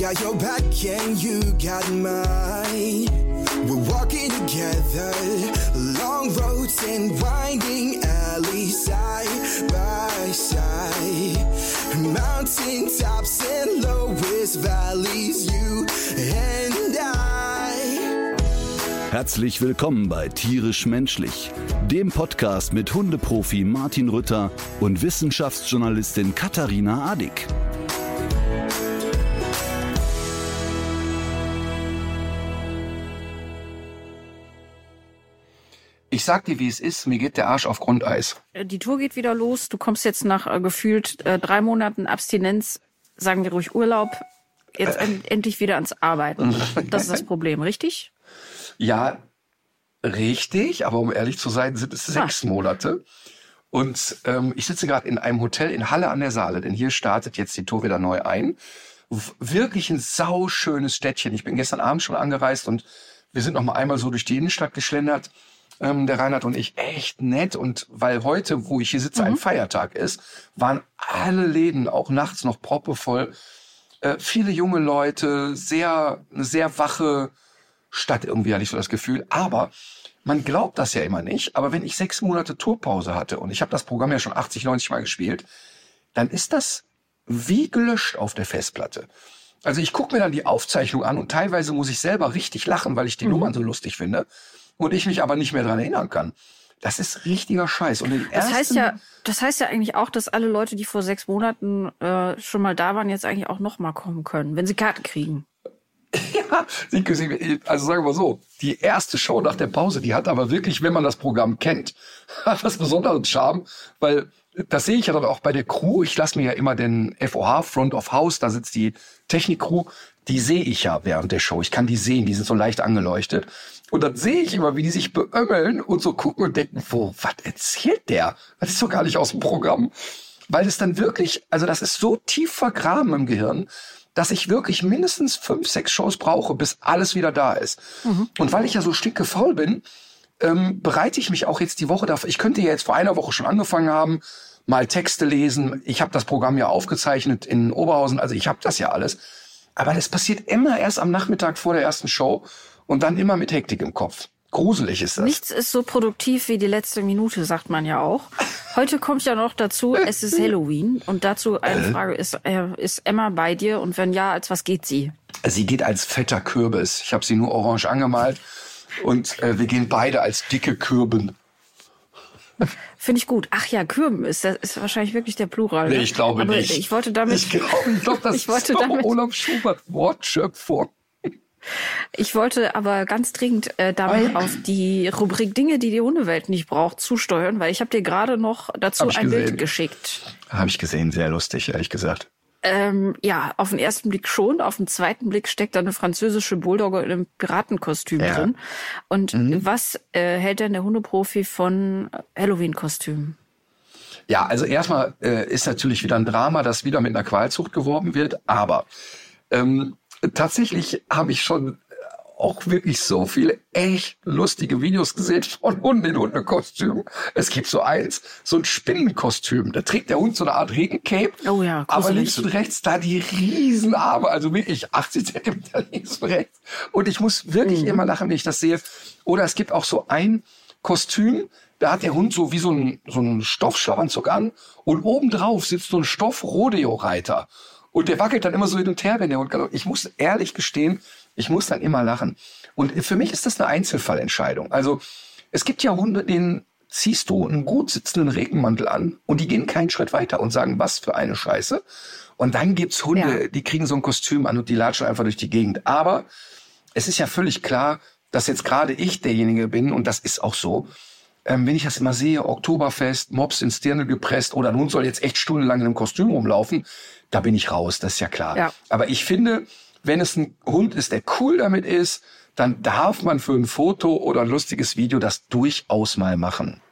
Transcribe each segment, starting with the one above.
got your back and you got mine. We're walking together, long roads and winding alleys, side by side. Mountain tops and lowest valleys, you and I. Herzlich willkommen bei Tierisch Menschlich, dem Podcast mit Hundeprofi Martin Rütter und Wissenschaftsjournalistin Katharina Adick. Ich sag dir, wie es ist, mir geht der Arsch auf Grundeis. Die Tour geht wieder los. Du kommst jetzt nach gefühlt 3 Monaten Abstinenz, sagen wir ruhig Urlaub, jetzt endlich wieder ans Arbeiten. Das ist das Problem, richtig? Ja, richtig, aber um ehrlich zu sein, sind es 6 Monate. Und ich sitze gerade in einem Hotel in Halle an der Saale, denn hier startet jetzt die Tour wieder neu ein. Wirklich ein sauschönes Städtchen. Ich bin gestern Abend schon angereist und wir sind noch mal einmal so durch die Innenstadt geschlendert. Der Reinhard und ich, echt nett. Und weil heute, wo ich hier sitze, ein Feiertag ist, waren alle Läden auch nachts noch proppevoll. Viele junge Leute, eine sehr wache Stadt irgendwie, hatte ich so das Gefühl. Aber man glaubt das ja immer nicht. Aber wenn ich 6 Monate Tourpause hatte und ich habe das Programm ja schon 80, 90 Mal gespielt, dann ist das wie gelöscht auf der Festplatte. Also ich gucke mir dann die Aufzeichnung an und teilweise muss ich selber richtig lachen, weil ich die Nummern so lustig finde. Und ich mich aber nicht mehr dran erinnern kann. Das ist richtiger Scheiß. Und das heißt ja eigentlich auch, dass alle Leute, die vor 6 Monaten schon mal da waren, jetzt eigentlich auch noch mal kommen können, wenn sie Karten kriegen. Ja, also sagen wir mal so, die erste Show nach der Pause, die hat aber wirklich, wenn man das Programm kennt, hat was besonderen Charme, weil das sehe ich ja dann auch bei der Crew. Ich lasse mir ja immer den FOH, Front of House, da sitzt die Technik-Crew, die sehe ich ja während der Show. Ich kann die sehen, die sind so leicht angeleuchtet. Und dann sehe ich immer, wie die sich beömmeln und so gucken und denken, was erzählt der? Das ist doch gar nicht aus dem Programm. Weil es dann wirklich, also das ist so tief vergraben im Gehirn, dass ich wirklich mindestens 5, 6 Shows brauche, bis alles wieder da ist. Und weil ich ja so stinkefaul bin, bereite ich mich auch jetzt die Woche dafür. Ich könnte ja jetzt vor einer Woche schon angefangen haben, mal Texte lesen. Ich habe das Programm ja aufgezeichnet in Oberhausen, also ich habe das ja alles. Aber das passiert immer erst am Nachmittag vor der ersten Show und dann immer mit Hektik im Kopf. Gruselig ist das. Nichts ist so produktiv wie die letzte Minute, sagt man ja auch. Heute kommt ja noch dazu, es ist Halloween. Und dazu eine Frage, ist Emma bei dir? Und wenn ja, als was geht sie? Sie geht als fetter Kürbis. Ich habe sie nur orange angemalt. Und wir gehen beide als dicke Kürben. Finde ich gut. Ach ja, Kürben ist wahrscheinlich wirklich der Plural. Nee, ich glaube aber nicht. Ich wollte damit... Ich glaube, das ist doch Olaf Schubert Wortschöpfung. Ich wollte aber ganz dringend damit auf die Rubrik Dinge, die die Hundewelt nicht braucht, zusteuern, weil ich habe dir gerade noch dazu ein Bild geschickt. Habe ich gesehen, sehr lustig, ehrlich gesagt. Ja, auf den ersten Blick schon. Auf den zweiten Blick steckt da eine französische Bulldogge in einem Piratenkostüm drin. Und was hält denn der Hundeprofi von Halloween-Kostümen? Ja, also erstmal ist natürlich wieder ein Drama, dass wieder mit einer Qualzucht geworben wird. Aber tatsächlich habe ich schon auch wirklich so viele echt lustige Videos gesehen von Hunden in Hundekostümen. Es gibt so eins, so ein Spinnenkostüm. Da trägt der Hund so eine Art Regencape. Oh ja, gruselig. Aber links und rechts da die Riesenarme, also wirklich 80 Zentimeter links und rechts. Und ich muss wirklich immer lachen, wenn ich das sehe. Oder es gibt auch so ein Kostüm, da hat der Hund so wie so einen Stoffschlafanzug an und obendrauf sitzt so ein Stoff-Rodeo-Reiter. Und der wackelt dann immer so hin und her, wenn der Hund kann. Ich muss ehrlich gestehen, ich muss dann immer lachen. Und für mich ist das eine Einzelfallentscheidung. Also es gibt ja Hunde, denen ziehst du einen gut sitzenden Regenmantel an und die gehen keinen Schritt weiter und sagen, was für eine Scheiße. Und dann gibt's Hunde, die kriegen so ein Kostüm an und die latschen einfach durch die Gegend. Aber es ist ja völlig klar, dass jetzt gerade ich derjenige bin, und das ist auch so, wenn ich das immer sehe, Oktoberfest, Mops ins Dirndl gepresst oder ein Hund soll jetzt echt stundenlang in einem Kostüm rumlaufen, da bin ich raus, das ist ja klar. Ja. Aber ich finde, wenn es ein Hund ist, der cool damit ist, dann darf man für ein Foto oder ein lustiges Video das durchaus mal machen.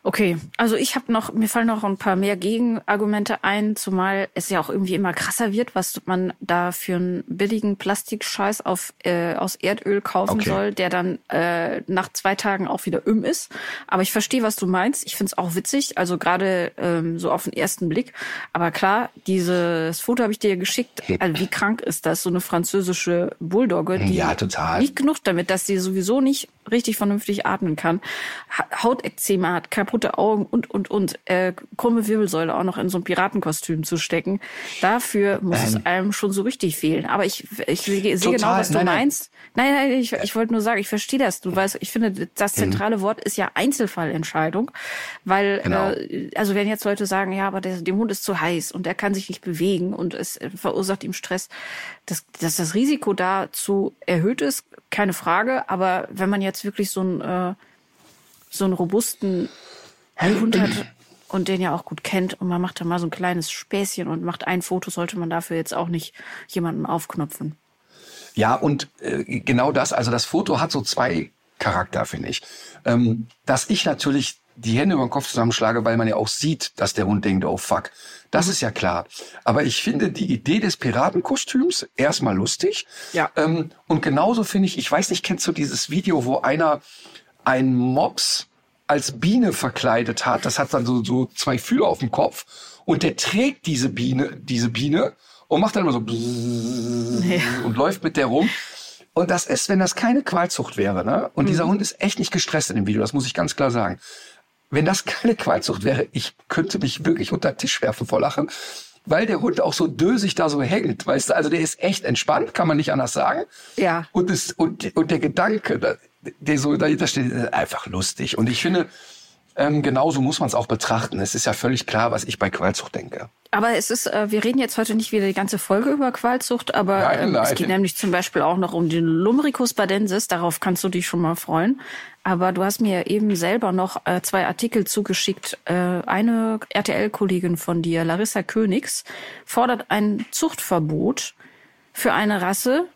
Okay, also mir fallen noch ein paar mehr Gegenargumente ein, zumal es ja auch irgendwie immer krasser wird, was man da für einen billigen Plastikscheiß aus Erdöl kaufen soll, der dann nach 2 Tagen auch wieder ist. Aber ich verstehe, was du meinst. Ich find's auch witzig, also gerade so auf den ersten Blick. Aber klar, dieses Foto habe ich dir geschickt. Also wie krank ist das? So eine französische Bulldogge, die total. nicht genug damit, dass sie sowieso nicht richtig vernünftig atmen kann, Hautekzeme hat, kaputte Augen und. Krumme Wirbelsäule auch noch in so ein Piratenkostüm zu stecken. Dafür muss es einem schon so richtig fehlen. Aber ich sehe genau, was du meinst. Nein, ich wollte nur sagen, ich verstehe das. Du weißt, ich finde, das zentrale Wort ist ja Einzelfallentscheidung. Weil, also wenn jetzt Leute sagen, ja, aber dem Hund ist zu heiß und er kann sich nicht bewegen und es verursacht ihm Stress, dass das Risiko dazu erhöht ist, keine Frage. Aber wenn man jetzt wirklich so einen robusten Hund hat und den ja auch gut kennt und man macht da mal so ein kleines Späßchen und macht ein Foto, sollte man dafür jetzt auch nicht jemanden aufknopfen. Ja, und genau das, also das Foto hat so 2 Charakter, finde ich. Dass ich natürlich die Hände über den Kopf zusammenschlage, weil man ja auch sieht, dass der Hund denkt, oh fuck, das ist ja klar. Aber ich finde die Idee des Piratenkostüms erstmal lustig. Ja. Und genauso finde ich weiß nicht, kennst du dieses Video, wo einer einen Mops als Biene verkleidet hat? Das hat dann so 2 Fühler auf dem Kopf und der trägt diese Biene und macht dann immer so und läuft mit der rum. Und das ist, wenn das keine Qualzucht wäre, ne? Und dieser Hund ist echt nicht gestresst in dem Video, das muss ich ganz klar sagen. Wenn das keine Qualzucht wäre, ich könnte mich wirklich unter den Tisch werfen vor Lachen, weil der Hund auch so dösig da so hängt, weißt du? Also der ist echt entspannt, kann man nicht anders sagen. Ja. Und der Gedanke, der so dahinter steht, ist einfach lustig. Und ich finde, genauso muss man es auch betrachten. Es ist ja völlig klar, was ich bei Qualzucht denke. Aber es ist, wir reden jetzt heute nicht wieder die ganze Folge über Qualzucht, aber Nein. Es geht nämlich zum Beispiel auch noch um den Lumbricus badensis. Darauf kannst du dich schon mal freuen. Aber du hast mir eben selber noch 2 Artikel zugeschickt. Eine RTL-Kollegin von dir, Larissa Königs, fordert ein Zuchtverbot für eine Rasse,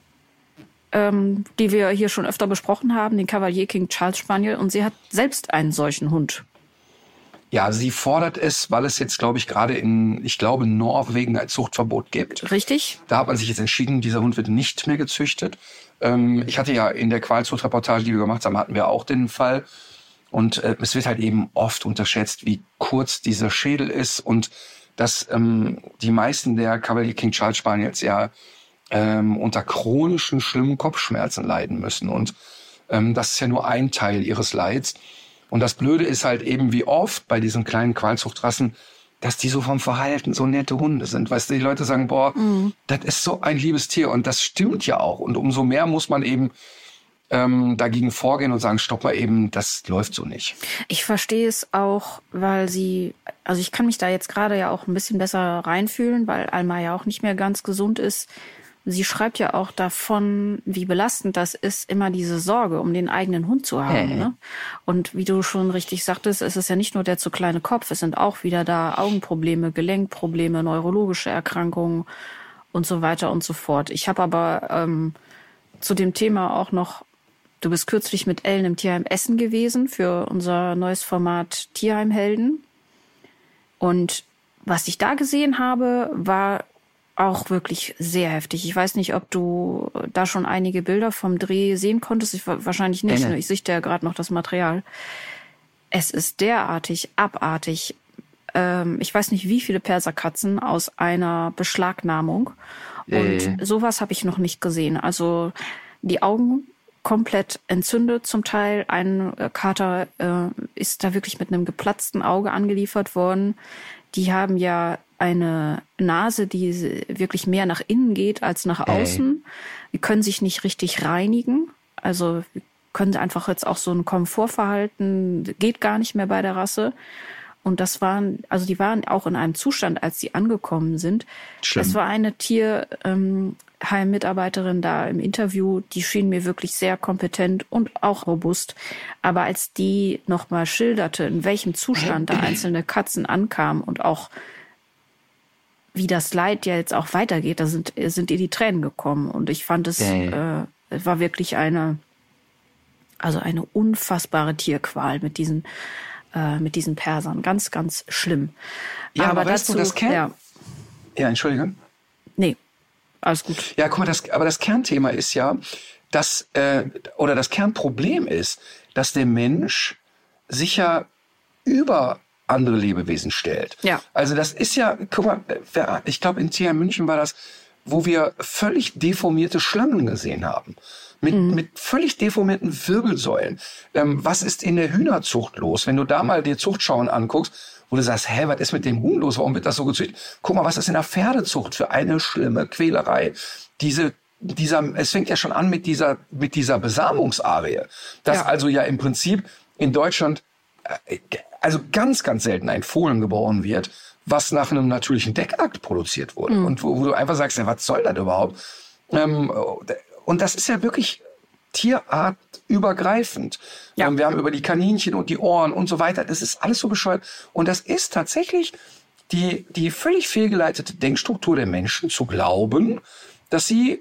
die wir hier schon öfter besprochen haben, den Cavalier King Charles Spaniel. Und sie hat selbst einen solchen Hund. Ja, sie fordert es, weil es jetzt, glaube ich, gerade in Norwegen ein Zuchtverbot gibt. Richtig. Da hat man sich jetzt entschieden, dieser Hund wird nicht mehr gezüchtet. Ich hatte ja in der Qualzuchtreportage, die wir gemacht haben, hatten wir auch den Fall. Und es wird halt eben oft unterschätzt, wie kurz dieser Schädel ist und dass die meisten der Cavalier King Charles Spaniels ja unter chronischen, schlimmen Kopfschmerzen leiden müssen. Und das ist ja nur ein Teil ihres Leids. Und das Blöde ist halt eben, wie oft bei diesen kleinen Qualzuchtrassen, dass die so vom Verhalten so nette Hunde sind. Weißt du, die Leute sagen, das ist so ein liebes Tier. Und das stimmt ja auch. Und umso mehr muss man eben dagegen vorgehen und sagen, stopp mal eben, das läuft so nicht. Ich verstehe es auch, weil also ich kann mich da jetzt gerade ja auch ein bisschen besser reinfühlen, weil Alma ja auch nicht mehr ganz gesund ist. Sie schreibt ja auch davon, wie belastend das ist, immer diese Sorge um den eigenen Hund zu haben. Ne? Und wie du schon richtig sagtest, es ist ja nicht nur der zu kleine Kopf, es sind auch wieder da Augenprobleme, Gelenkprobleme, neurologische Erkrankungen und so weiter und so fort. Ich habe aber zu dem Thema auch noch, du bist kürzlich mit Ellen im Tierheim Essen gewesen für unser neues Format Tierheimhelden. Und was ich da gesehen habe, war auch wirklich sehr heftig. Ich weiß nicht, ob du da schon einige Bilder vom Dreh sehen konntest. Wahrscheinlich nicht. Ich sichte ja gerade noch das Material. Es ist derartig abartig. Ich weiß nicht, wie viele Perserkatzen aus einer Beschlagnahmung. Und sowas habe ich noch nicht gesehen. Also die Augen komplett entzündet zum Teil. Ein Kater ist da wirklich mit einem geplatzten Auge angeliefert worden. Die haben ja eine Nase, die wirklich mehr nach innen geht als nach außen. Die können sich nicht richtig reinigen. Also können einfach jetzt auch so ein Komfortverhalten, geht gar nicht mehr bei der Rasse. Und die waren auch in einem Zustand, als sie angekommen sind. Schlimm. Das war eine Tierheim-Mitarbeiterin da im Interview, die schien mir wirklich sehr kompetent und auch robust. Aber als die nochmal schilderte, in welchem Zustand da einzelne Katzen ankamen und auch wie das Leid ja jetzt auch weitergeht, da sind ihr die Tränen gekommen. Und ich fand es war wirklich eine unfassbare Tierqual mit diesen mit diesen Persern. Ganz, ganz schlimm. Ja, aber weißt du, das Kern... Ja, Entschuldige. Nee, alles gut. Ja, guck mal, aber das Kernthema ist ja, dass, oder das Kernproblem ist, dass der Mensch sich ja über andere Lebewesen stellt. Ja. Also das ist ja, guck mal, ich glaube in TH München war das, wo wir völlig deformierte Schlangen gesehen haben. Mit völlig deformierten Wirbelsäulen. Was ist in der Hühnerzucht los? Wenn du da mal dir Zuchtschauen anguckst, wo du sagst, hä, was ist mit dem Huhn los? Warum wird das so gezüchtet? Guck mal, was ist in der Pferdezucht für eine schlimme Quälerei? Es fängt ja schon an mit dieser Besamungsarie. Dass also ja im Prinzip in Deutschland also ganz, ganz selten ein Fohlen geboren wird, was nach einem natürlichen Deckakt produziert wurde. Und wo du einfach sagst, ja, was soll das überhaupt? Und das ist ja wirklich tierartübergreifend. Ja. Wir haben über die Kaninchen und die Ohren und so weiter, das ist alles so bescheuert. Und das ist tatsächlich die völlig fehlgeleitete Denkstruktur der Menschen, zu glauben, dass sie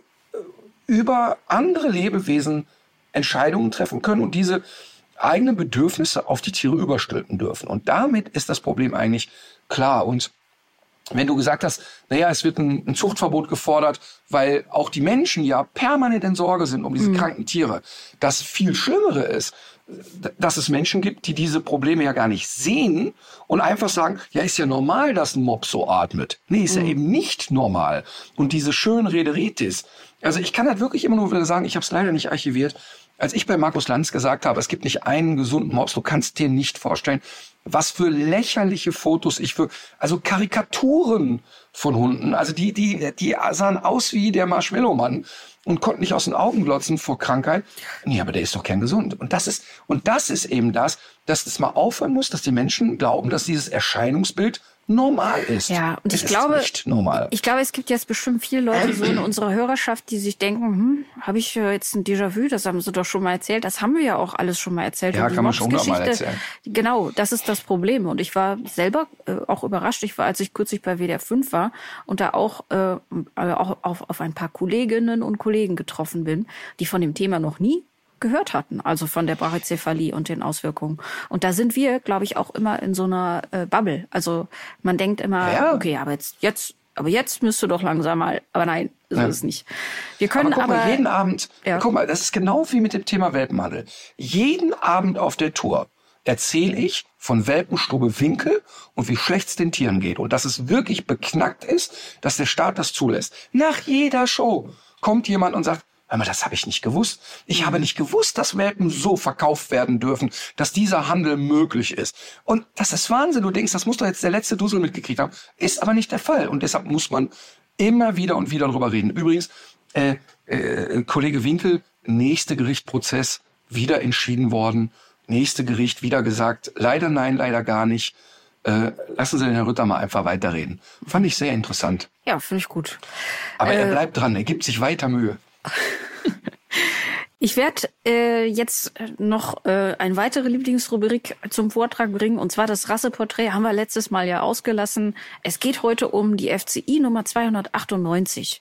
über andere Lebewesen Entscheidungen treffen können und diese eigenen Bedürfnisse auf die Tiere überstülpen dürfen. Und damit ist das Problem eigentlich klar. Und wenn du gesagt hast, naja, es wird ein Zuchtverbot gefordert, weil auch die Menschen ja permanent in Sorge sind um diese kranken Tiere. Das viel Schlimmere ist, dass es Menschen gibt, die diese Probleme ja gar nicht sehen und einfach sagen, ja, ist ja normal, dass ein Mops so atmet. Nee, ist ja eben nicht normal. Und diese Schönrederitis. Also ich kann halt wirklich immer nur wieder sagen, ich habe es leider nicht archiviert, als ich bei Markus Lanz gesagt habe, es gibt nicht einen gesunden Mops, du kannst dir nicht vorstellen, was für lächerliche Fotos also Karikaturen von Hunden, also die sahen aus wie der Marshmallow-Mann und konnten nicht aus den Augen glotzen vor Krankheit. Nee, aber der ist doch kerngesund. Und das ist eben das, dass es mal aufhören muss, dass die Menschen glauben, dass dieses Erscheinungsbild normal ist. Ja, und ich glaube, nicht normal. Ich glaube, es gibt jetzt bestimmt viele Leute so in unserer Hörerschaft, die sich denken, habe ich jetzt ein Déjà-vu, das haben sie doch schon mal erzählt. Das haben wir ja auch alles schon mal erzählt. Ja, kann man schon mal erzählen. Genau, das ist das Problem. Und ich war selber auch überrascht. Als ich kürzlich bei WDR 5 war und da auch auf ein paar Kolleginnen und Kollegen getroffen bin, die von dem Thema noch nie gehört hatten, also von der Brachycephalie und den Auswirkungen. Und da sind wir, glaube ich, auch immer in so einer Bubble. Also man denkt immer, okay, aber jetzt müsst du doch langsam mal. Aber nein, so ist es nicht. Wir können guck mal, jeden Abend, guck mal, das ist genau wie mit dem Thema Welpenhandel. Jeden Abend auf der Tour erzähle ich von Welpenstube Winkel und wie schlecht es den Tieren geht. Und dass es wirklich beknackt ist, dass der Staat das zulässt. Nach jeder Show kommt jemand und sagt, aber das habe ich nicht gewusst. Ich habe nicht gewusst, dass Welpen so verkauft werden dürfen, dass dieser Handel möglich ist. Und das ist Wahnsinn. Du denkst, das muss doch jetzt der letzte Dusel mitgekriegt haben. Ist aber nicht der Fall. Und deshalb muss man immer wieder und wieder drüber reden. Übrigens, Kollege Winkel, nächste Gerichtsprozess, wieder entschieden worden. Nächste Gericht, wieder gesagt, leider nein, leider gar nicht. Lassen Sie den Herrn Rütter mal einfach weiterreden. Fand ich sehr interessant. Ja, finde ich gut. Aber er bleibt dran, er gibt sich weiter Mühe. Ich werde jetzt noch eine weitere Lieblingsrubrik zum Vortrag bringen, und zwar das Rasseporträt haben wir letztes Mal ja ausgelassen. Es geht heute um die FCI Nummer 298.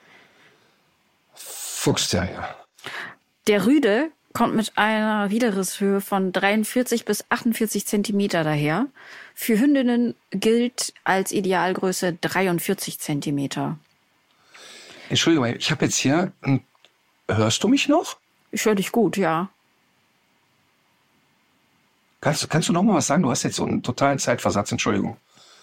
Fuchsterrier. Der Rüde kommt mit einer Widerrisshöhe von 43 bis 48 Zentimeter daher. Für Hündinnen gilt als Idealgröße 43 Zentimeter. Entschuldigung, ich habe jetzt hier... Hörst du mich noch? Ich höre dich gut, ja. Kannst du noch mal was sagen? Du hast jetzt so einen totalen Zeitversatz, Entschuldigung.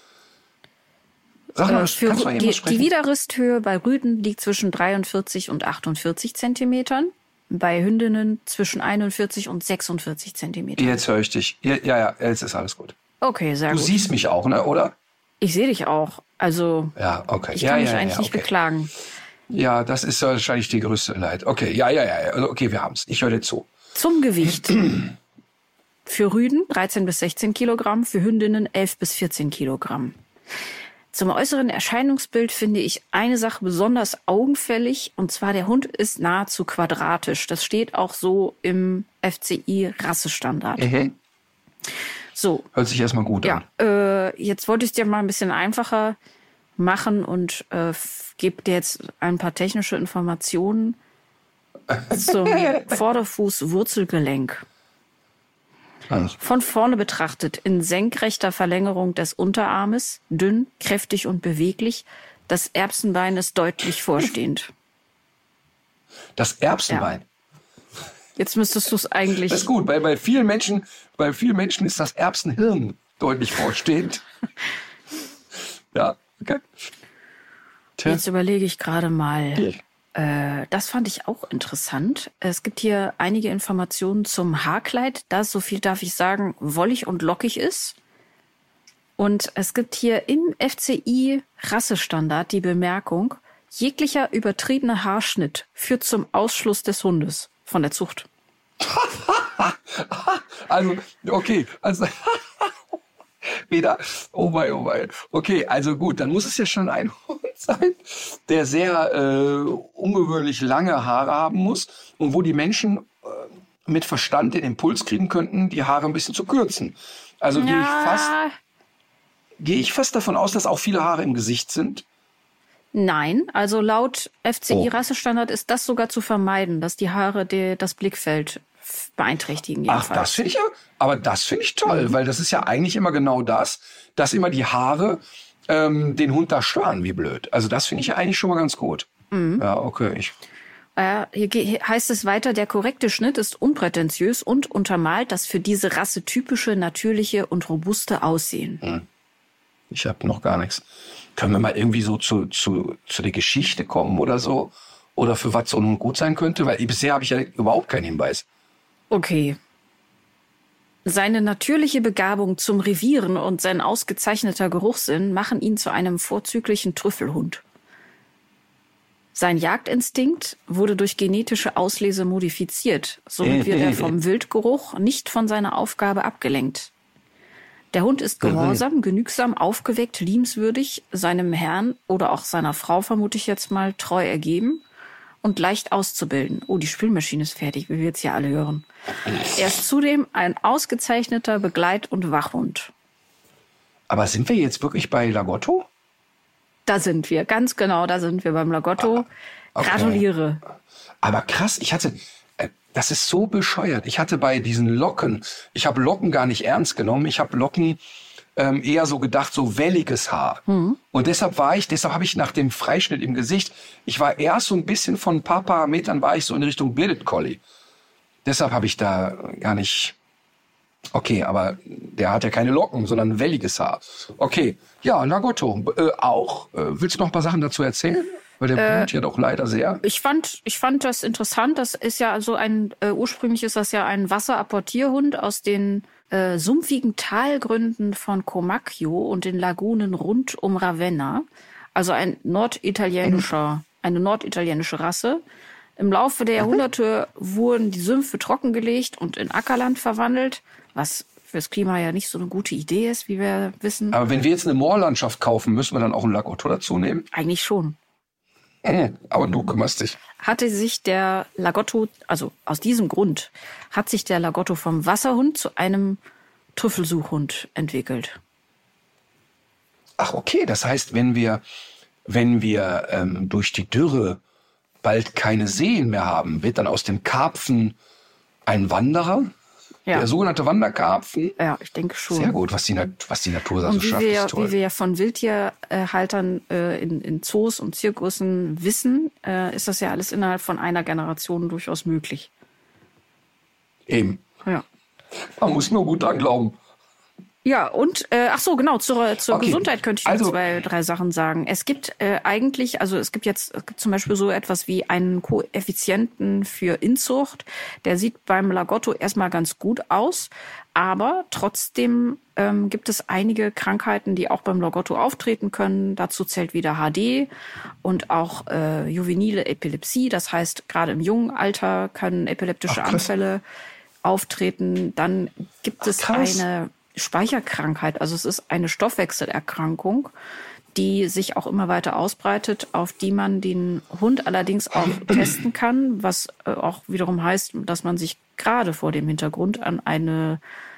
Sag mal, kannst du mal eben sprechen? Die Widerristhöhe bei Rüden liegt zwischen 43 und 48 Zentimetern. Bei Hündinnen zwischen 41 und 46 Zentimetern. Jetzt höre ich dich. Ja, jetzt ist alles gut. Okay, sehr gut. Du siehst mich auch, ne, oder? Ich sehe dich auch. Also, ja, okay. Ich kann mich eigentlich nicht beklagen. Ja, das ist wahrscheinlich die größte Leid. Okay, ja. Okay, wir haben's. Ich höre dir zu. Zum Gewicht. Für Rüden 13 bis 16 Kilogramm, für Hündinnen 11 bis 14 Kilogramm. Zum äußeren Erscheinungsbild finde ich eine Sache besonders augenfällig, und zwar der Hund ist nahezu quadratisch. Das steht auch so im FCI-Rassestandard. So. Hört sich erstmal gut an. Jetzt wollte ich es dir mal ein bisschen einfacher machen und gebe dir jetzt ein paar technische Informationen zum Vorderfußwurzelgelenk. Von vorne betrachtet in senkrechter Verlängerung des Unterarmes, dünn, kräftig und beweglich. Das Erbsenbein ist deutlich vorstehend. Das Erbsenbein? Ja. Jetzt müsstest du es eigentlich... Das ist gut, weil bei vielen Menschen ist das Erbsenhirn deutlich vorstehend. Ja, okay. Tja. Jetzt überlege ich gerade mal... Das fand ich auch interessant. Es gibt hier einige Informationen zum Haarkleid, das, so viel darf ich sagen, wollig und lockig ist. Und es gibt hier im FCI-Rassestandard die Bemerkung, jeglicher übertriebener Haarschnitt führt zum Ausschluss des Hundes von der Zucht. Also, okay, also... Wieder, oh mein. Okay, also gut, dann muss es ja schon ein Hund sein, der sehr ungewöhnlich lange Haare haben muss und wo die Menschen mit Verstand den Impuls kriegen könnten, die Haare ein bisschen zu kürzen. Also gehe ich fast davon aus, dass auch viele Haare im Gesicht sind. Nein, also laut FCI-Rassestandard ist das sogar zu vermeiden, dass die Haare das Blickfeld beeinträchtigen. Jedenfalls. Ach, das finde ich toll, weil das ist ja eigentlich immer genau das, dass immer die Haare den Hund da stören, wie blöd. Also das finde ich ja eigentlich schon mal ganz gut. Mhm. Ja, okay. Hier heißt es weiter, der korrekte Schnitt ist unprätentiös und untermalt das für diese Rasse typische, natürliche und robuste Aussehen. Mhm. Ich habe noch gar nichts. Können wir mal irgendwie so zu der Geschichte kommen oder so? Oder für was so ein Hund gut sein könnte? Weil bisher habe ich ja überhaupt keinen Hinweis. Okay. Seine natürliche Begabung zum Revieren und sein ausgezeichneter Geruchssinn machen ihn zu einem vorzüglichen Trüffelhund. Sein Jagdinstinkt wurde durch genetische Auslese modifiziert. Somit wird er vom Wildgeruch nicht von seiner Aufgabe abgelenkt. Der Hund ist gehorsam, genügsam, aufgeweckt, liebenswürdig, seinem Herrn oder auch seiner Frau, vermute ich jetzt mal, treu ergeben und leicht auszubilden. Oh, die Spülmaschine ist fertig, wie wir jetzt hier alle hören. Er ist zudem ein ausgezeichneter Begleit- und Wachhund. Aber sind wir jetzt wirklich bei Lagotto? Da sind wir, ganz genau, da sind wir beim Lagotto. Okay. Gratuliere. Aber krass, das ist so bescheuert. Ich hatte bei diesen Locken, ich habe Locken gar nicht ernst genommen. Ich habe Locken eher so gedacht, so welliges Haar. Mhm. Und deshalb habe ich nach dem Freischnitt im Gesicht, ich war erst so ein bisschen von ein paar Metern war ich so in Richtung Bearded Collie. Deshalb habe ich da gar nicht, okay, aber der hat ja keine Locken, sondern welliges Haar. Okay, ja, Lagotto, willst du noch ein paar Sachen dazu erzählen? Weil der blutet ja doch leider sehr. Ich fand das interessant. Das ist ja so ursprünglich ist das ja ein Wasserapportierhund aus den sumpfigen Talgründen von Comacchio und den Lagunen rund um Ravenna. Also eine norditalienische Rasse. Im Laufe der Jahrhunderte wurden die Sümpfe trockengelegt und in Ackerland verwandelt, was fürs Klima ja nicht so eine gute Idee ist, wie wir wissen. Aber wenn wir jetzt eine Moorlandschaft kaufen, müssen wir dann auch einen Lagotto dazu nehmen? Eigentlich schon. Aber du kümmerst dich. Hatte sich der Lagotto, also aus diesem Grund, hat sich der Lagotto vom Wasserhund zu einem Trüffelsuchhund entwickelt. Ach, okay. Das heißt, wenn wir durch die Dürre bald keine Seen mehr haben, wird dann aus dem Karpfen ein Wanderer? Ja. Der sogenannte Wanderkarpfen? Ja, ich denke schon. Sehr gut, was die Natur da so schafft, ist toll. Wie wir ja von Wildtierhaltern in Zoos und Zirkussen wissen, ist das ja alles innerhalb von einer Generation durchaus möglich. Eben. Ja. Man muss nur gut dran glauben. Ja, und zur Gesundheit könnte ich noch 2, 3 Sachen sagen. Es gibt es gibt zum Beispiel so etwas wie einen Koeffizienten für Inzucht. Der sieht beim Lagotto erstmal ganz gut aus, aber trotzdem gibt es einige Krankheiten, die auch beim Lagotto auftreten können. Dazu zählt wieder HD und auch juvenile Epilepsie. Das heißt, gerade im jungen Alter können epileptische Anfälle auftreten. Dann gibt es eine Speicherkrankheit, also es ist eine Stoffwechselerkrankung, die sich auch immer weiter ausbreitet, auf die man den Hund allerdings auch testen kann, was auch wiederum heißt, dass man sich gerade vor dem Hintergrund an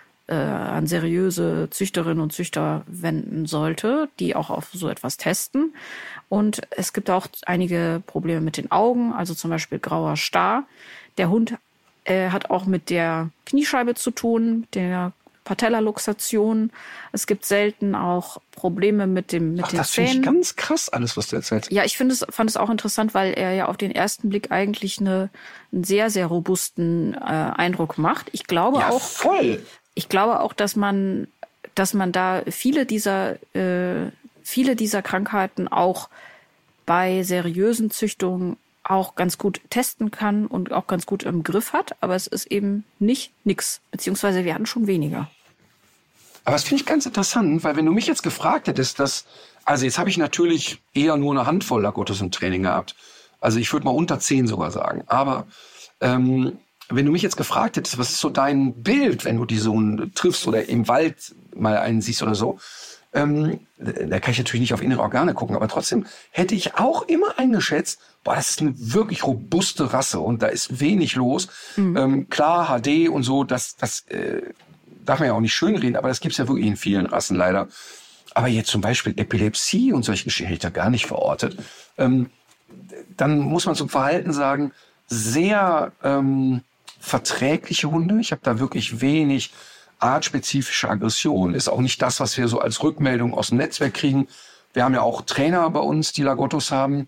seriöse Züchterinnen und Züchter wenden sollte, die auch auf so etwas testen. Und es gibt auch einige Probleme mit den Augen, also zum Beispiel grauer Star. Der Hund Hat auch mit der Kniescheibe zu tun, der Patellaluxation. Es gibt selten auch Probleme mit den Zähnen. Das finde ich ganz krass, alles, was du erzählst. Ja, ich fand es auch interessant, weil er ja auf den ersten Blick eigentlich einen sehr, sehr robusten Eindruck macht. Ich glaube ja, auch, voll. Ich glaube auch, dass man da viele dieser Krankheiten auch bei seriösen Züchtungen auch ganz gut testen kann und auch ganz gut im Griff hat. Aber es ist eben nicht nix. Beziehungsweise wir hatten schon weniger. Aber das finde ich ganz interessant, weil wenn du mich jetzt gefragt hättest, also jetzt habe ich natürlich eher nur eine Handvoll Lagottos im Training gehabt. Also ich würde mal unter 10 sogar sagen. Aber wenn du mich jetzt gefragt hättest, was ist so dein Bild, wenn du die so triffst oder im Wald mal einen siehst oder so, da kann ich natürlich nicht auf innere Organe gucken, aber trotzdem hätte ich auch immer eingeschätzt, das ist eine wirklich robuste Rasse und da ist wenig los. Klar, HD und so, das darf man ja auch nicht schönreden, aber das gibt's ja wirklich in vielen Rassen leider. Aber jetzt zum Beispiel Epilepsie und solche Geschichten hätte ich da gar nicht verortet. Dann muss man zum Verhalten sagen, sehr verträgliche Hunde. Ich habe da wirklich wenig artspezifische Aggression. Ist auch nicht das, was wir so als Rückmeldung aus dem Netzwerk kriegen. Wir haben ja auch Trainer bei uns, die Lagottos haben.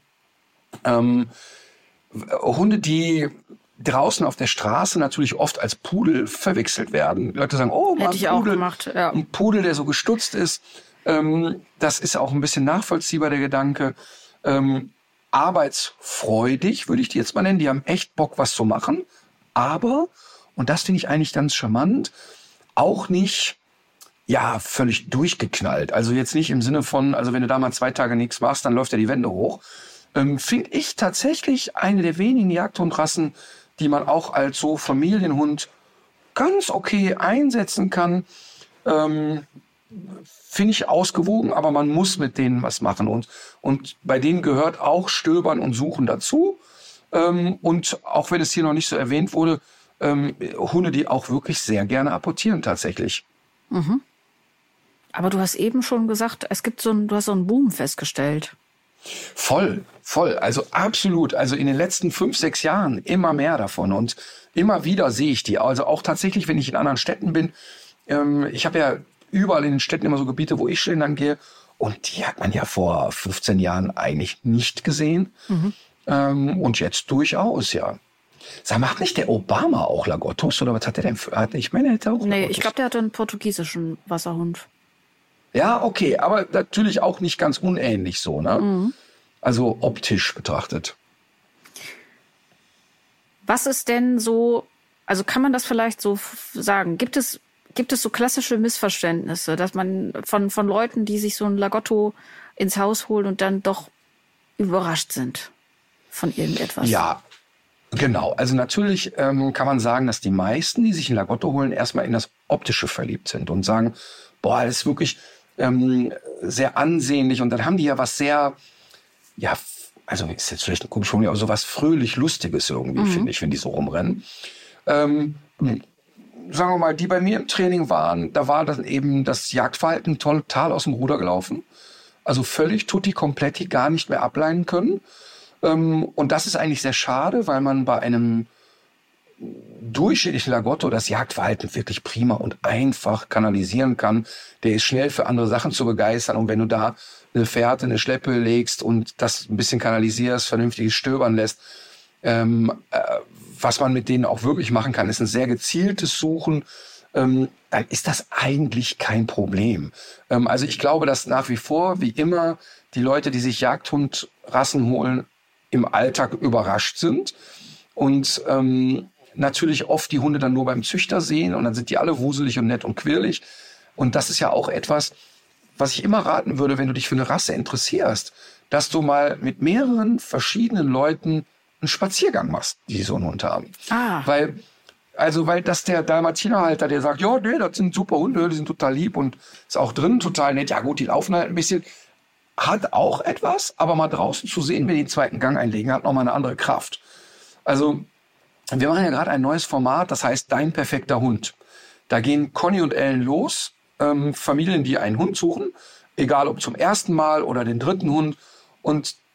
Hunde, die draußen auf der Straße natürlich oft als Pudel verwechselt werden. Die Leute sagen, oh, hätte ich auch gemacht. Ja. Ein Pudel, der so gestutzt ist. Das ist auch ein bisschen nachvollziehbar, der Gedanke. Arbeitsfreudig, würde ich die jetzt mal nennen. Die haben echt Bock, was zu machen. Aber, und das finde ich eigentlich ganz charmant, auch nicht, völlig durchgeknallt. Also jetzt nicht im Sinne von, also wenn du da mal 2 Tage nichts machst, dann läuft ja die Wände hoch. Finde ich tatsächlich eine der wenigen Jagdhundrassen, die man auch als so Familienhund ganz okay einsetzen kann. Finde ich ausgewogen, aber man muss mit denen was machen. Und bei denen gehört auch Stöbern und Suchen dazu. Und auch wenn es hier noch nicht so erwähnt wurde, Hunde, die auch wirklich sehr gerne apportieren tatsächlich. Mhm. Aber du hast eben schon gesagt, du hast so einen Boom festgestellt. Voll. Also absolut. Also in den letzten 5, 6 Jahren immer mehr davon. Und immer wieder sehe ich die. Also auch tatsächlich, wenn ich in anderen Städten bin. Ich habe ja überall in den Städten immer so Gebiete, wo ich schlendern gehe. Und die hat man ja vor 15 Jahren eigentlich nicht gesehen. Mhm. Und jetzt durchaus, ja. Sag mal, macht nicht der Obama auch Lagottos? Oder was hat der denn für... Ich meine, er hätte auch Nee, Lagottos. Ich glaube, der hatte einen portugiesischen Wasserhund. Ja, okay, aber natürlich auch nicht ganz unähnlich so, ne? Mhm. Also optisch betrachtet. Was ist denn so, also kann man das vielleicht so sagen? Gibt es so klassische Missverständnisse, dass man von Leuten, die sich so ein Lagotto ins Haus holen und dann doch überrascht sind von irgendetwas? Ja, genau. Also natürlich kann man sagen, dass die meisten, die sich ein Lagotto holen, erstmal in das Optische verliebt sind und sagen, das ist wirklich sehr ansehnlich. Und dann haben die ja was sehr, also ist jetzt vielleicht ein komisches Formulier, aber so was fröhlich Lustiges irgendwie, finde ich, wenn die so rumrennen. Sagen wir mal, die bei mir im Training waren, da war dann eben das Jagdverhalten total aus dem Ruder gelaufen. Also völlig tutti kompletti gar nicht mehr ableiten können. Und das ist eigentlich sehr schade, weil man bei einem durchschnittlichen Lagotto das Jagdverhalten wirklich prima und einfach kanalisieren kann. Der ist schnell für andere Sachen zu begeistern. Und wenn du da eine Fährte, eine Schleppe legst und das ein bisschen kanalisierst, vernünftiges Stöbern lässt, was man mit denen auch wirklich machen kann, ist ein sehr gezieltes Suchen, dann ist das eigentlich kein Problem. Also ich glaube, dass nach wie vor, wie immer, die Leute, die sich Jagdhundrassen holen, im Alltag überrascht sind und natürlich oft die Hunde dann nur beim Züchter sehen und dann sind die alle wuselig und nett und quirlig. Und das ist ja auch etwas, was ich immer raten würde, wenn du dich für eine Rasse interessierst, dass du mal mit mehreren verschiedenen Leuten einen Spaziergang machst, die so einen Hund haben. Weil das der Dalmatinerhalter, der sagt, ja, nee, das sind super Hunde, die sind total lieb und ist auch drin total nett. Ja gut, die laufen halt ein bisschen. Hat auch etwas, aber mal draußen zu sehen, wenn die den zweiten Gang einlegen, hat nochmal eine andere Kraft. Also wir machen ja gerade ein neues Format, das heißt Dein perfekter Hund. Da gehen Conny und Ellen los, Familien, die einen Hund suchen, egal ob zum ersten Mal oder den 3. Hund. Und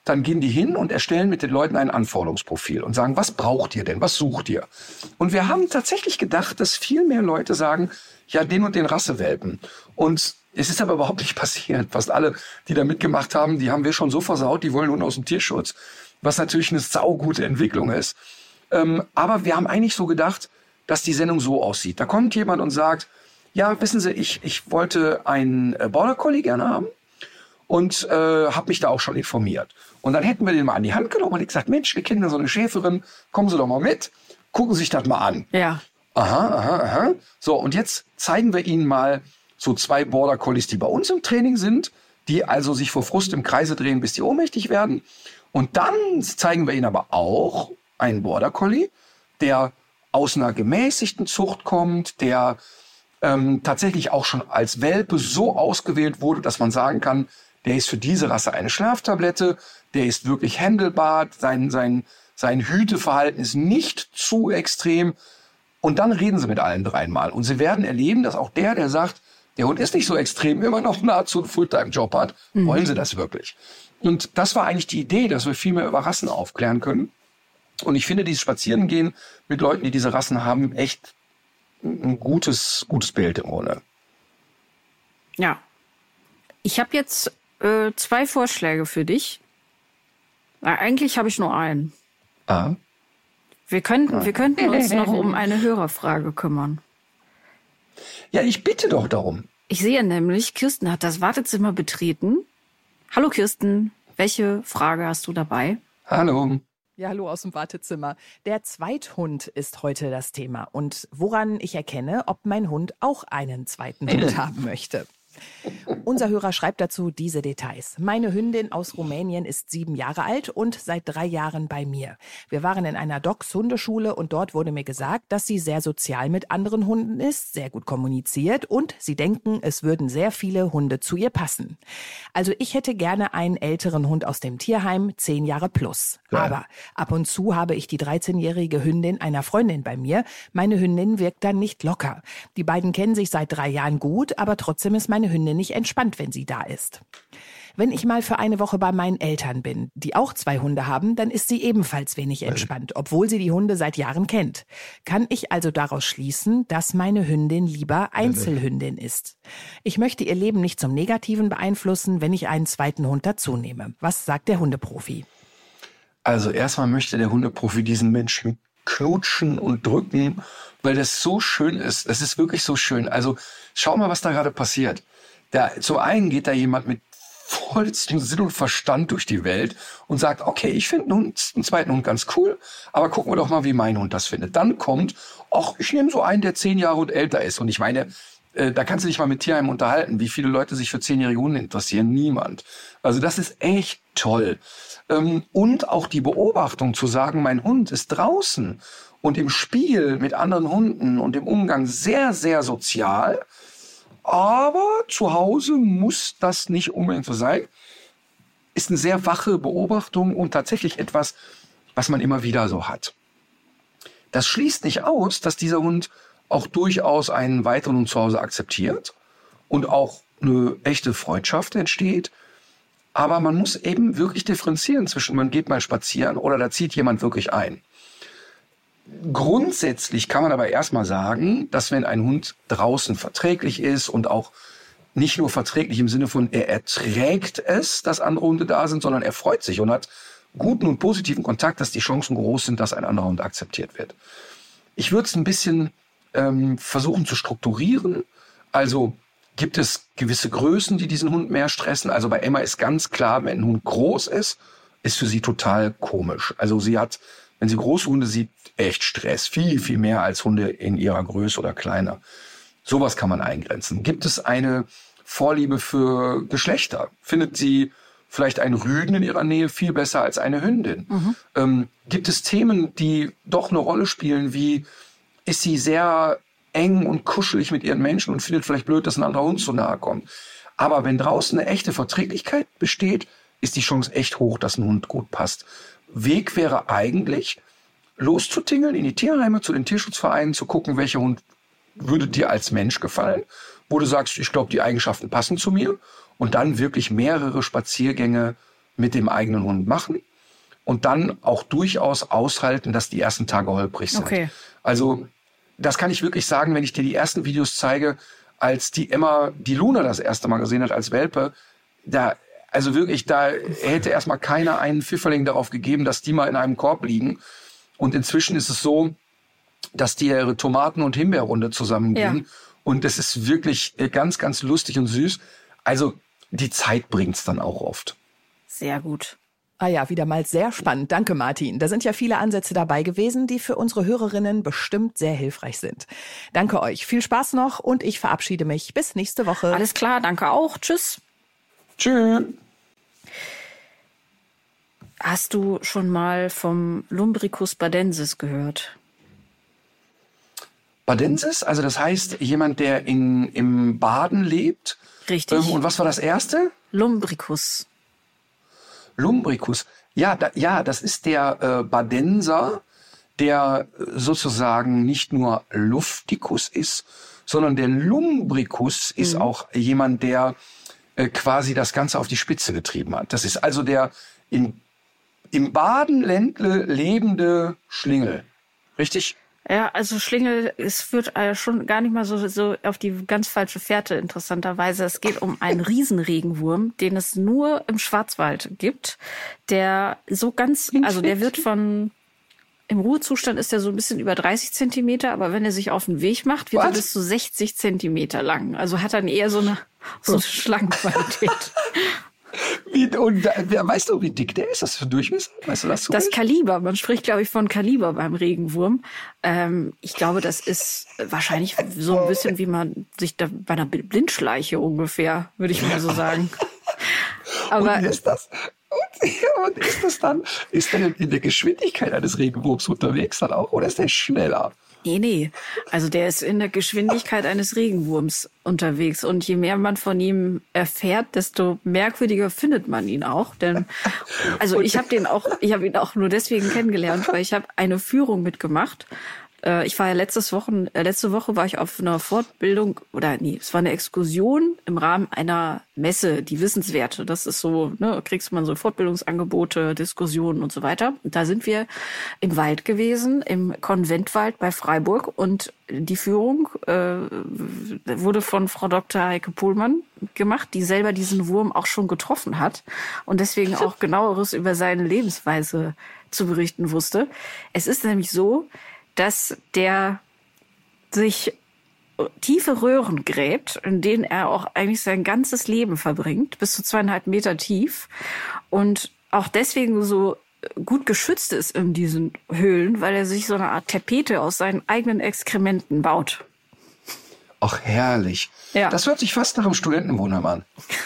dann gehen die hin und erstellen mit den Leuten ein Anforderungsprofil und sagen, was braucht ihr denn, was sucht ihr? Und wir haben tatsächlich gedacht, dass viel mehr Leute sagen, ja, den und den Rassewelpen. Und es ist aber überhaupt nicht passiert. Fast alle, die da mitgemacht haben, die haben wir schon so versaut, die wollen nun aus dem Tierschutz. Was natürlich eine saugute Entwicklung ist. Aber wir haben eigentlich so gedacht, dass die Sendung so aussieht. Da kommt jemand und sagt, ja, wissen Sie, ich wollte einen Border Collie gerne haben und habe mich da auch schon informiert. Und dann hätten wir den mal an die Hand genommen und gesagt, Mensch, wir kennen da so eine Schäferin, kommen Sie doch mal mit, gucken Sie sich das mal an. Ja. Aha. So, und jetzt zeigen wir Ihnen mal so 2 Border Collies, die bei uns im Training sind, die also sich vor Frust im Kreise drehen, bis die ohnmächtig werden. Und dann zeigen wir Ihnen aber auch einen Border Collie, der aus einer gemäßigten Zucht kommt, der tatsächlich auch schon als Welpe so ausgewählt wurde, dass man sagen kann, der ist für diese Rasse eine Schlaftablette, der ist wirklich handelbar, sein Hüteverhalten ist nicht zu extrem. Und dann reden Sie mit allen 3 Mal. Und Sie werden erleben, dass auch der sagt, der Hund ist nicht so extrem, immer noch nahezu einen Fulltime-Job hat. Wollen Sie das wirklich? Und das war eigentlich die Idee, dass wir viel mehr über Rassen aufklären können. Und ich finde, dieses Spazierengehen mit Leuten, die diese Rassen haben, echt ein gutes Bild im Grunde. Ja. Ich habe jetzt 2 Vorschläge für dich. Eigentlich habe ich nur einen. Ah. Wir könnten uns noch um eine Hörerfrage kümmern. Ja, ich bitte doch darum. Ich sehe nämlich, Kirsten hat das Wartezimmer betreten. Hallo Kirsten, welche Frage hast du dabei? Hallo. Ja, hallo aus dem Wartezimmer. Der Zweithund ist heute das Thema und woran ich erkenne, ob mein Hund auch einen zweiten Hund haben möchte. Unser Hörer schreibt dazu diese Details. Meine Hündin aus Rumänien ist 7 Jahre alt und seit 3 Jahren bei mir. Wir waren in einer Dogs-Hundeschule und dort wurde mir gesagt, dass sie sehr sozial mit anderen Hunden ist, sehr gut kommuniziert und sie denken, es würden sehr viele Hunde zu ihr passen. Also ich hätte gerne einen älteren Hund aus dem Tierheim, 10 Jahre plus. Ja. Aber ab und zu habe ich die 13-jährige Hündin einer Freundin bei mir. Meine Hündin wirkt dann nicht locker. Die beiden kennen sich seit 3 Jahren gut, aber trotzdem ist meine Hündin nicht entspannt, wenn sie da ist. Wenn ich mal für eine Woche bei meinen Eltern bin, die auch 2 Hunde haben, dann ist sie ebenfalls wenig entspannt, obwohl sie die Hunde seit Jahren kennt. Kann ich also daraus schließen, dass meine Hündin lieber Einzelhündin ist? Ich möchte ihr Leben nicht zum Negativen beeinflussen, wenn ich einen zweiten Hund dazu nehme. Was sagt der Hundeprofi? Also erstmal möchte der Hundeprofi diesen Menschen knutschen und drücken, weil das so schön ist. Es ist wirklich so schön. Also schau mal, was da gerade passiert. Zum einen geht da jemand mit vollstem Sinn und Verstand durch die Welt und sagt, okay, ich finde einen zweiten Hund ganz cool, aber gucken wir doch mal, wie mein Hund das findet. Dann kommt, ich nehme so einen, der 10 Jahre und älter ist. Und ich meine, da kannst du dich mal mit Tierheimen unterhalten. Wie viele Leute sich für 10-jährige Hunde interessieren? Niemand. Also das ist echt toll. Und auch die Beobachtung zu sagen, mein Hund ist draußen und im Spiel mit anderen Hunden und im Umgang sehr, sehr sozial. Aber zu Hause muss das nicht unbedingt so sein. Ist eine sehr wache Beobachtung und tatsächlich etwas, was man immer wieder so hat. Das schließt nicht aus, dass dieser Hund auch durchaus einen weiteren Hund zu Hause akzeptiert und auch eine echte Freundschaft entsteht. Aber man muss eben wirklich differenzieren zwischen, man geht mal spazieren oder da zieht jemand wirklich ein. Grundsätzlich kann man aber erstmal sagen, dass wenn ein Hund draußen verträglich ist und auch nicht nur verträglich im Sinne von, er erträgt es, dass andere Hunde da sind, sondern er freut sich und hat guten und positiven Kontakt, dass die Chancen groß sind, dass ein anderer Hund akzeptiert wird. Ich würde es ein bisschen versuchen zu strukturieren. Also gibt es gewisse Größen, die diesen Hund mehr stressen. Also bei Emma ist ganz klar, wenn ein Hund groß ist für sie total komisch. Also sie hat, wenn sie große Hunde sieht, echt Stress. Viel, viel mehr als Hunde in ihrer Größe oder kleiner. Sowas kann man eingrenzen. Gibt es eine Vorliebe für Geschlechter? Findet sie vielleicht einen Rüden in ihrer Nähe viel besser als eine Hündin? Gibt es Themen, die doch eine Rolle spielen, wie ist sie sehr eng und kuschelig mit ihren Menschen und findet vielleicht blöd, dass ein anderer Hund so nahe kommt? Aber wenn draußen eine echte Verträglichkeit besteht, ist die Chance echt hoch, dass ein Hund gut passt. Weg wäre eigentlich, loszutingeln in die Tierheime, zu den Tierschutzvereinen, zu gucken, welcher Hund würde dir als Mensch gefallen, wo du sagst, ich glaube, die Eigenschaften passen zu mir, und dann wirklich mehrere Spaziergänge mit dem eigenen Hund machen und dann auch durchaus aushalten, dass die ersten Tage holprig sind. Okay. Also das kann ich wirklich sagen, wenn ich dir die ersten Videos zeige, als die Emma die Luna das erste Mal gesehen hat als Welpe, da hätte erstmal keiner einen Pfifferling darauf gegeben, dass die mal in einem Korb liegen. Und inzwischen ist es so, dass die ihre Tomaten- und Himbeerrunde zusammengehen. Ja. Und das ist wirklich ganz, ganz lustig und süß. Also die Zeit bringt's dann auch oft. Sehr gut. Ah ja, wieder mal sehr spannend. Danke, Martin. Da sind ja viele Ansätze dabei gewesen, die für unsere Hörerinnen bestimmt sehr hilfreich sind. Danke euch. Viel Spaß noch und ich verabschiede mich. Bis nächste Woche. Alles klar, danke auch. Tschüss. Tschüss. Hast du schon mal vom Lumbricus badensis gehört? Badensis, also das heißt jemand, der im Baden lebt. Richtig. Und was war das erste? Lumbricus. Lumbricus. Ja, das ist der Badenser, der sozusagen nicht nur Lufticus ist, sondern der Lumbricus ist auch jemand, der quasi das Ganze auf die Spitze getrieben hat. Das ist also der im Baden-Ländle lebende Schlingel. Richtig? Ja, also Schlingel, es wird schon gar nicht mal so auf die ganz falsche Fährte, interessanterweise. Es geht um einen Riesenregenwurm, den es nur im Schwarzwald gibt, der so ganz, also der wird im Ruhezustand ist er so ein bisschen über 30 Zentimeter, aber wenn er sich auf den Weg macht, wird er bis zu 60 Zentimeter lang. Also hat dann eher so eine Schlangenqualität. Weißt du, wie dick der ist? Das für Durchmesser? Weißt du das? Das Kaliber, man spricht, glaube ich, von Kaliber beim Regenwurm. Ich glaube, das ist wahrscheinlich so ein bisschen, wie man sich da bei einer Blindschleiche ungefähr, würde ich mal so sagen. Aber und ist das? Und ist das dann? Ist der in der Geschwindigkeit eines Regenwurms unterwegs dann auch? Oder ist der schneller? Nee. Also der ist in der Geschwindigkeit eines Regenwurms unterwegs. Und je mehr man von ihm erfährt, desto merkwürdiger findet man ihn auch. Denn, also ich habe ihn auch nur deswegen kennengelernt, weil ich habe eine Führung mitgemacht. Ich war ja letzte Woche war ich auf einer Fortbildung, es war eine Exkursion im Rahmen einer Messe, die Wissenswerte. Das ist so, kriegst man so Fortbildungsangebote, Diskussionen und so weiter. Und da sind wir im Wald gewesen, im Konventwald bei Freiburg. Und die Führung wurde von Frau Dr. Heike Pohlmann gemacht, die selber diesen Wurm auch schon getroffen hat und deswegen auch Genaueres über seine Lebensweise zu berichten wusste. Es ist nämlich so, dass der sich tiefe Röhren gräbt, in denen er auch eigentlich sein ganzes Leben verbringt, bis zu 2,5 Meter tief und auch deswegen so gut geschützt ist in diesen Höhlen, weil er sich so eine Art Tapete aus seinen eigenen Exkrementen baut. Ach, herrlich. Ja. Das hört sich fast nach einem Studentenwohnheim an.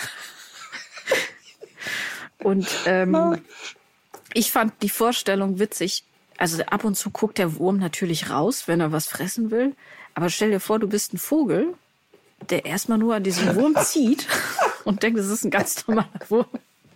Und ich fand die Vorstellung witzig. Also ab und zu guckt der Wurm natürlich raus, wenn er was fressen will. Aber stell dir vor, du bist ein Vogel, der erstmal nur an diesem Wurm zieht und denkt, das ist ein ganz normaler Wurm.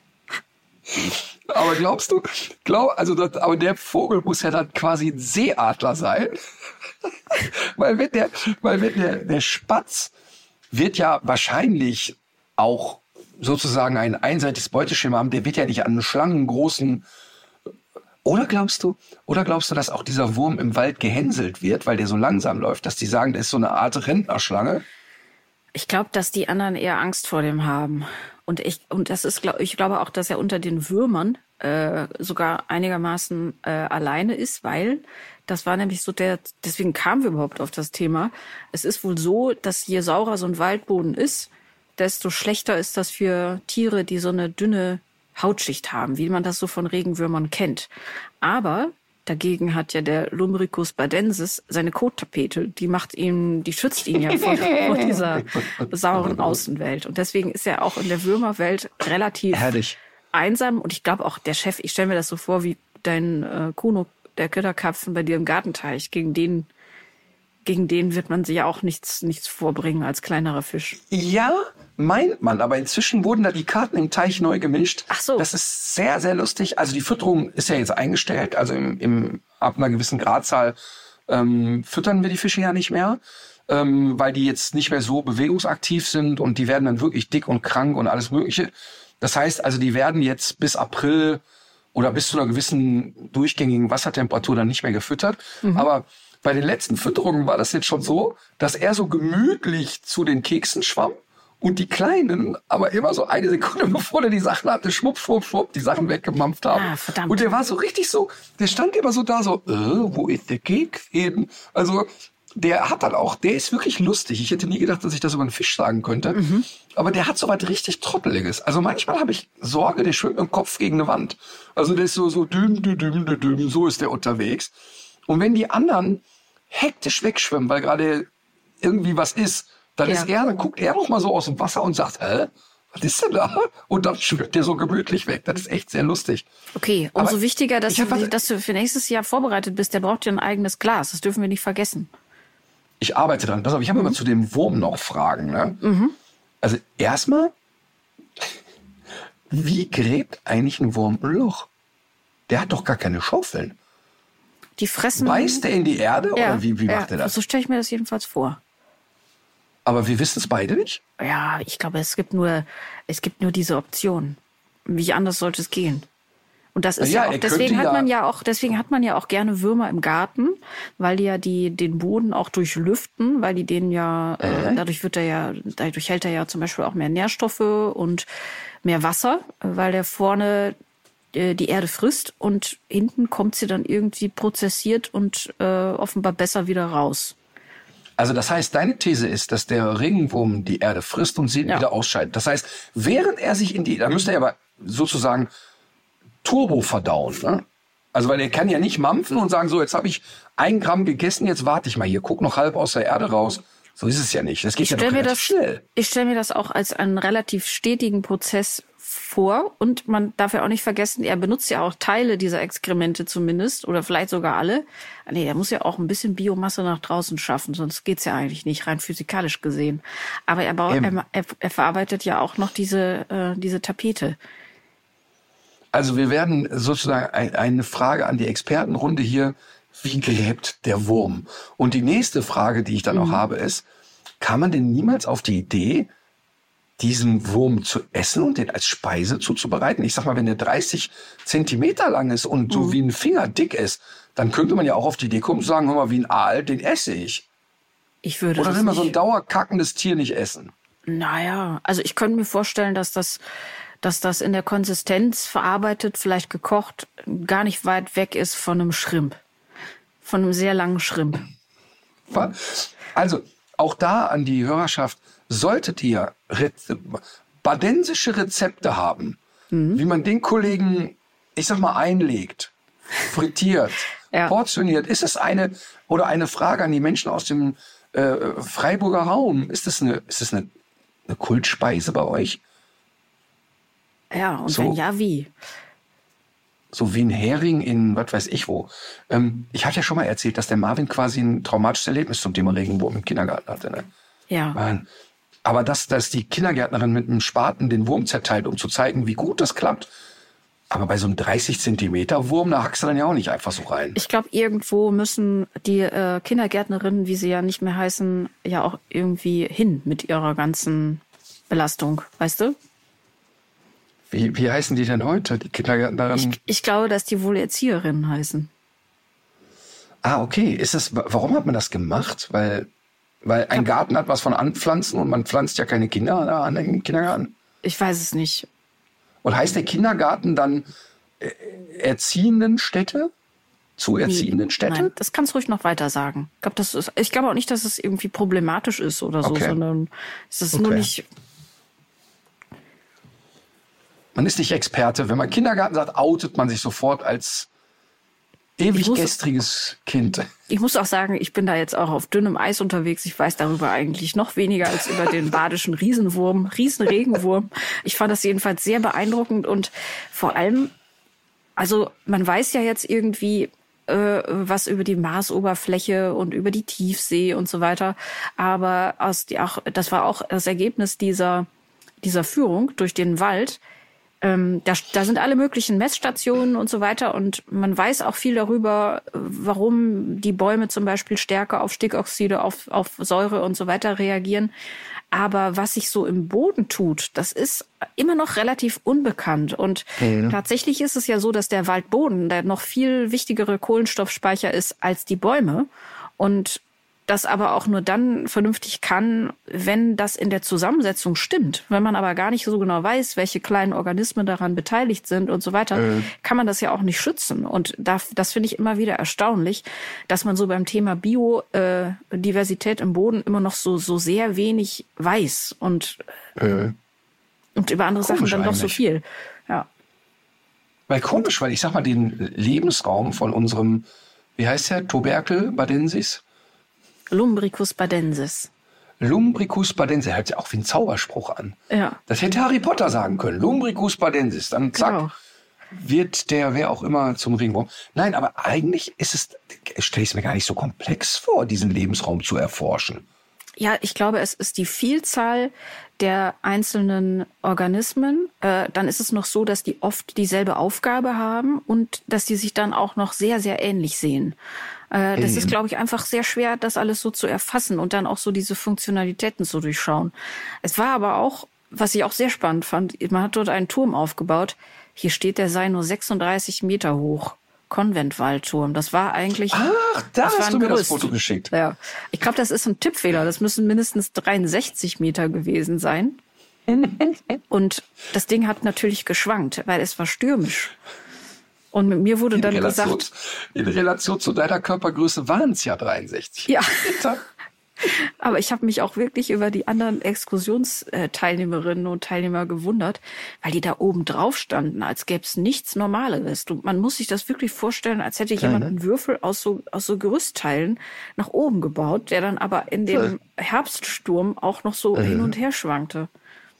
Aber glaubst du, aber der Vogel muss ja dann quasi ein Seeadler sein. weil wenn der Spatz wird ja wahrscheinlich auch sozusagen ein einseitiges Beuteschema haben, der wird ja nicht an einen schlangengroßen. Oder glaubst du, dass auch dieser Wurm im Wald gehänselt wird, weil der so langsam läuft, dass die sagen, das ist so eine Art Rentnerschlange? Ich glaube, dass die anderen eher Angst vor dem haben. Und ich glaube auch, dass er unter den Würmern sogar einigermaßen alleine ist, weil das war nämlich so deswegen kamen wir überhaupt auf das Thema. Es ist wohl so, dass je saurer so ein Waldboden ist, desto schlechter ist das für Tiere, die so eine dünne Hautschicht haben, wie man das so von Regenwürmern kennt. Aber dagegen hat ja der Lumbricus badensis seine Kottapete. Die schützt ihn ja vor dieser sauren Außenwelt. Und deswegen ist er auch in der Würmerwelt relativ einsam. Und ich glaube auch der Chef, ich stelle mir das so vor, wie dein Kuno, der Köderkarpfen bei dir im Gartenteich. Gegen den wird man sich ja auch nichts vorbringen als kleinerer Fisch. Ja, meint man, aber inzwischen wurden da die Karten im Teich neu gemischt. Ach so. Das ist sehr, sehr lustig. Also die Fütterung ist ja jetzt eingestellt. Also ab einer gewissen Gradzahl füttern wir die Fische ja nicht mehr, weil die jetzt nicht mehr so bewegungsaktiv sind und die werden dann wirklich dick und krank und alles Mögliche. Das heißt also, die werden jetzt bis April oder bis zu einer gewissen durchgängigen Wassertemperatur dann nicht mehr gefüttert. Aber bei den letzten Fütterungen war das jetzt schon so, dass er so gemütlich zu den Keksen schwamm und die Kleinen aber immer so eine Sekunde, bevor der die Sachen hatte, schwupp, schwupp, schwupp, die Sachen weggemampft haben. Ah, verdammt. Und der war so richtig so, der stand immer so da so, wo ist der Keks hin? Also der hat dann auch, der ist wirklich lustig. Ich hätte nie gedacht, dass ich das über einen Fisch sagen könnte. Aber der hat so was richtig Trotteliges. Also manchmal habe ich Sorge, der schwimmt mit dem Kopf gegen eine Wand. Also der ist so düm, so ist der unterwegs. Und wenn die anderen hektisch wegschwimmen, weil gerade irgendwie was ist, dann guckt er noch mal so aus dem Wasser und sagt, was ist denn da? Und dann schwimmt der so gemütlich weg. Das ist echt sehr lustig. Okay, umso wichtiger, dass du für nächstes Jahr vorbereitet bist. Der braucht ja ein eigenes Glas. Das dürfen wir nicht vergessen. Ich arbeite dran. Pass auf, ich habe immer zu dem Wurm noch Fragen. Ne? Also erstmal, wie gräbt eigentlich ein Wurm ein Loch? Der hat doch gar keine Schaufeln. Die fressen... Beißt der in die Erde oder wie macht er das? So stelle ich mir das jedenfalls vor. Aber wir wissen es beide nicht? Ja, ich glaube, es gibt nur diese Option. Wie anders sollte es gehen? Und das ist ja auch, deswegen hat man ja auch gerne Würmer im Garten, weil die ja den Boden auch durchlüften, weil die den ja, dadurch hält er ja zum Beispiel auch mehr Nährstoffe und mehr Wasser, weil der vorne die Erde frisst und hinten kommt sie dann irgendwie prozessiert und offenbar besser wieder raus. Also das heißt, deine These ist, dass der Regenwurm die Erde frisst und sie wieder ausscheidet. Das heißt, während er sich da müsste er aber sozusagen Turbo verdauen. Ne? Also weil er kann ja nicht mampfen und sagen, so jetzt habe ich 1 Gramm gegessen, jetzt warte ich mal hier, guck noch halb aus der Erde raus. So ist es ja nicht. Das geht ja doch relativ schnell. Ich stelle mir das auch als einen relativ stetigen Prozess vor. Und man darf ja auch nicht vergessen, er benutzt ja auch Teile dieser Exkremente zumindest oder vielleicht sogar alle. Nee, er muss ja auch ein bisschen Biomasse nach draußen schaffen, sonst geht's ja eigentlich nicht, rein physikalisch gesehen. Aber er verarbeitet ja auch noch diese Tapete. Also wir werden sozusagen eine Frage an die Expertenrunde hier, wie gräbt der Wurm? Und die nächste Frage, die ich dann noch habe, ist, kam man denn niemals auf die Idee, diesen Wurm zu essen und den als Speise zuzubereiten? Ich sag mal, wenn der 30 Zentimeter lang ist und so wie ein Finger dick ist, dann könnte man ja auch auf die Idee kommen, zu sagen, hör mal, wie ein Aal, den esse ich. Oder will man so ein dauerkackendes Tier nicht essen? Naja, also ich könnte mir vorstellen, dass das in der Konsistenz verarbeitet, vielleicht gekocht, gar nicht weit weg ist von einem Shrimp. Von einem sehr langen Shrimp. Also, auch da an die Hörerschaft, solltet ihr badensische Rezepte haben, wie man den Kollegen, ich sag mal, einlegt, frittiert, portioniert, ist es eine Frage an die Menschen aus dem Freiburger Raum? Ist das eine Kultspeise bei euch? Ja, und so, wenn ja, wie? So wie ein Hering in, was weiß ich wo. Ich hatte ja schon mal erzählt, dass der Marvin quasi ein traumatisches Erlebnis zum Thema Regenwurm im Kindergarten hatte. Ne? Ja. Mann. Aber dass die Kindergärtnerin mit einem Spaten den Wurm zerteilt, um zu zeigen, wie gut das klappt. Aber bei so einem 30 Zentimeter Wurm, da hackst du dann ja auch nicht einfach so rein. Ich glaube, irgendwo müssen die Kindergärtnerinnen, wie sie ja nicht mehr heißen, ja auch irgendwie hin mit ihrer ganzen Belastung, weißt du? Wie heißen die denn heute, die Kindergärtnerinnen? Ich glaube, dass die wohl Erzieherinnen heißen. Ah, okay. Warum hat man das gemacht? Weil ein Garten hat was von Anpflanzen und man pflanzt ja keine Kinder an den Kindergarten? Ich weiß es nicht. Und heißt der Kindergarten dann Erziehendenstätte? Zu Erziehendenstätte? Nein, das kannst du ruhig noch weiter sagen. Ich glaube auch nicht, dass es irgendwie problematisch ist oder so, sondern es ist nur nicht... Man ist nicht Experte. Wenn man Kindergarten sagt, outet man sich sofort als ewig gestriges Kind. Ich muss auch sagen, ich bin da jetzt auch auf dünnem Eis unterwegs. Ich weiß darüber eigentlich noch weniger als über den badischen Riesenregenwurm. Ich fand das jedenfalls sehr beeindruckend und vor allem, also man weiß ja jetzt irgendwie was über die Marsoberfläche und über die Tiefsee und so weiter. Aber das war auch das Ergebnis dieser Führung durch den Wald. Da sind alle möglichen Messstationen und so weiter und man weiß auch viel darüber, warum die Bäume zum Beispiel stärker auf Stickoxide, auf Säure und so weiter reagieren. Aber was sich so im Boden tut, das ist immer noch relativ unbekannt. Und tatsächlich ist es ja so, dass der Waldboden der noch viel wichtigere Kohlenstoffspeicher ist als die Bäume. Und das aber auch nur dann vernünftig kann, wenn das in der Zusammensetzung stimmt. Wenn man aber gar nicht so genau weiß, welche kleinen Organismen daran beteiligt sind und so weiter, kann man das ja auch nicht schützen. Und das finde ich immer wieder erstaunlich, dass man so beim Thema Biodiversität im Boden immer noch so sehr wenig weiß und über andere Sachen dann doch so viel. Ja. Weil komisch, weil ich sag mal, den Lebensraum von unserem, wie heißt der, Tuberkel badensis? Lumbricus badensis. Lumbricus badensis, hört sich auch wie ein Zauberspruch an. Ja. Das hätte Harry Potter sagen können. Lumbricus badensis. Dann zack, Genau. wird der, wer auch immer, zum Regenwurm. Nein, aber eigentlich stelle ich es mir gar nicht so komplex vor, diesen Lebensraum zu erforschen. Ja, ich glaube, es ist die Vielzahl der einzelnen Organismen. Dann ist es noch so, dass die oft dieselbe Aufgabe haben und dass die sich dann auch noch sehr, sehr ähnlich sehen. Das ist, glaube ich, einfach sehr schwer, das alles so zu erfassen und dann auch so diese Funktionalitäten zu durchschauen. Es war aber auch, was ich auch sehr spannend fand, man hat dort einen Turm aufgebaut. Hier steht, der sei nur 36 Meter hoch. Konventwaldturm. Das war eigentlich... Ach, da hast du mir das Gerüst. Foto geschickt. Ja, ich glaube, das ist ein Tippfehler. Das müssen mindestens 63 Meter gewesen sein. Und das Ding hat natürlich geschwankt, weil es war stürmisch. Und mit mir wurde dann gesagt... In Relation zu deiner Körpergröße waren es ja 63 Ja. Meter. Aber ich habe mich auch wirklich über die anderen Exkursionsteilnehmerinnen und Teilnehmer gewundert, weil die da oben drauf standen, als gäbe es nichts Normales. Man muss sich das wirklich vorstellen, als hätte jemand einen Würfel aus so Gerüstteilen nach oben gebaut, der dann aber in dem Herbststurm auch noch so hin und her schwankte.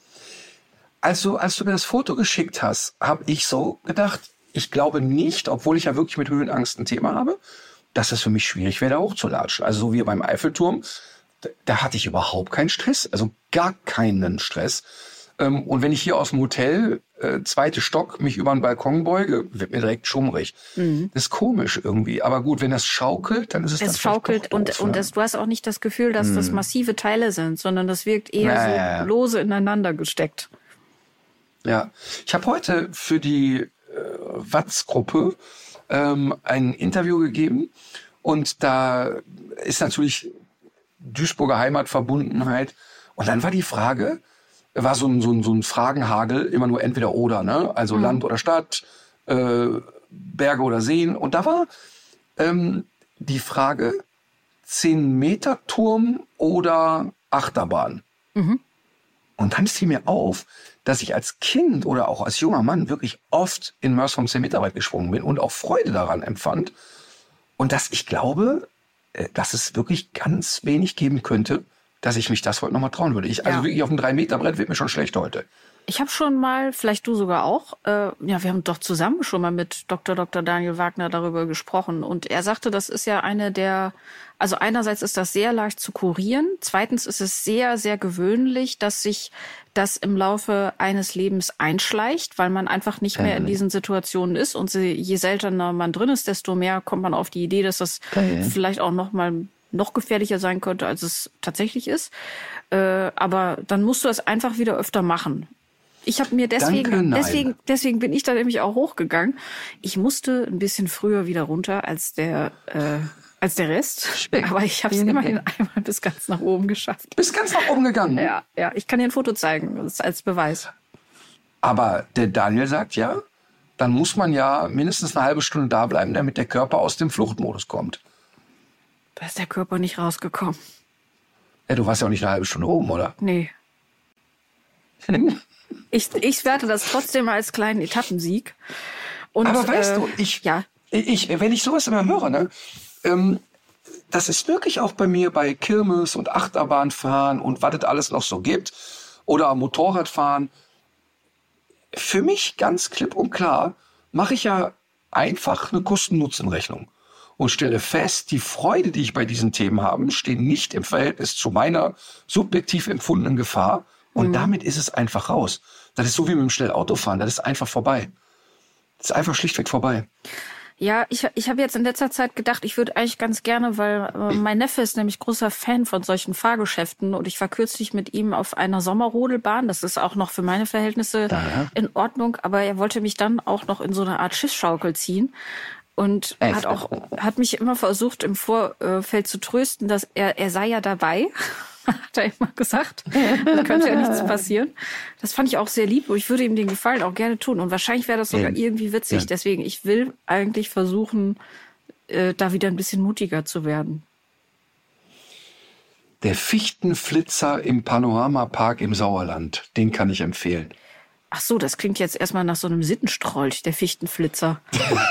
Also, als du mir das Foto geschickt hast, habe ich so gedacht, ich glaube nicht, obwohl ich ja wirklich mit Höhenangst ein Thema habe, dass es für mich schwierig wäre, da hochzulatschen. Also so wie beim Eiffelturm, da hatte ich überhaupt keinen Stress, also gar keinen Stress. Und wenn ich hier aus dem Hotel, 2. Stock, mich über den Balkon beuge, wird mir direkt schummrig. Das ist komisch irgendwie. Aber gut, wenn das schaukelt, dann ist es dann schaukelt doch doof, und du hast auch nicht das Gefühl, dass das massive Teile sind, sondern das wirkt eher so lose ineinander gesteckt. Ja, ich habe heute für die Watz-Gruppe ein Interview gegeben und da ist natürlich Duisburger Heimatverbundenheit und dann war die Frage, war so ein Fragenhagel, immer nur entweder oder, ne? Also Land oder Stadt, Berge oder Seen und da war die Frage 10-Meter-Turm oder Achterbahn. Und dann fiel mir auf, dass ich als Kind oder auch als junger Mann wirklich oft in Mörs vom 10 Meter weit gesprungen bin und auch Freude daran empfand. Und dass ich glaube, dass es wirklich ganz wenig geben könnte, dass ich mich das heute nochmal trauen würde. Also wirklich auf dem 3-Meter-Brett wird mir schon schlecht heute. Ich habe schon mal, vielleicht du sogar auch, wir haben doch zusammen schon mal mit Dr. Daniel Wagner darüber gesprochen. Und er sagte, das ist ja also einerseits ist das sehr leicht zu kurieren. Zweitens ist es sehr, sehr gewöhnlich, dass sich das im Laufe eines Lebens einschleicht, weil man einfach nicht mehr in diesen Situationen ist. Und je seltener man drin ist, desto mehr kommt man auf die Idee, dass das vielleicht auch noch gefährlicher sein könnte, als es tatsächlich ist. Aber dann musst du das einfach wieder öfter machen. Ich habe mir deswegen bin ich da nämlich auch hochgegangen. Ich musste ein bisschen früher wieder runter als der Rest. Aber ich habe es immerhin einmal bis ganz nach oben geschafft. Bist ganz nach oben gegangen? Ja, ich kann dir ein Foto zeigen, das ist als Beweis. Aber der Daniel sagt ja, dann muss man ja mindestens eine halbe Stunde da bleiben, damit der Körper aus dem Fluchtmodus kommt. Da ist der Körper nicht rausgekommen. Ja, du warst ja auch nicht eine halbe Stunde oben, oder? Nee. Ich werte das trotzdem als kleinen Etappensieg. Und, aber weißt du, wenn ich sowas immer höre, ne, das ist wirklich auch bei mir bei Kirmes und Achterbahnfahren und was es alles noch so gibt oder Motorradfahren. Für mich ganz klipp und klar mache ich ja einfach eine Kosten-Nutzen-Rechnung und stelle fest, die Freude, die ich bei diesen Themen habe, steht nicht im Verhältnis zu meiner subjektiv empfundenen Gefahr. Und damit ist es einfach raus. Das ist so wie mit dem Schnellautofahren. Das ist einfach vorbei. Das ist einfach schlichtweg vorbei. Ja, ich habe jetzt in letzter Zeit gedacht, ich würde eigentlich ganz gerne, weil mein Neffe ist nämlich großer Fan von solchen Fahrgeschäften und ich war kürzlich mit ihm auf einer Sommerrodelbahn. Das ist auch noch für meine Verhältnisse in Ordnung, aber er wollte mich dann auch noch in so eine Art Schiffsschaukel ziehen und hat mich immer versucht, im Vorfeld zu trösten, dass er sei ja dabei. Hat er immer gesagt. Da könnte ja nichts passieren. Das fand ich auch sehr lieb und ich würde ihm den Gefallen auch gerne tun. Und wahrscheinlich wäre das sogar irgendwie witzig. Deswegen, ich will eigentlich versuchen, da wieder ein bisschen mutiger zu werden. Der Fichtenflitzer im Panoramapark im Sauerland, den kann ich empfehlen. Ach so, das klingt jetzt erstmal nach so einem Sittenstrolch, der Fichtenflitzer.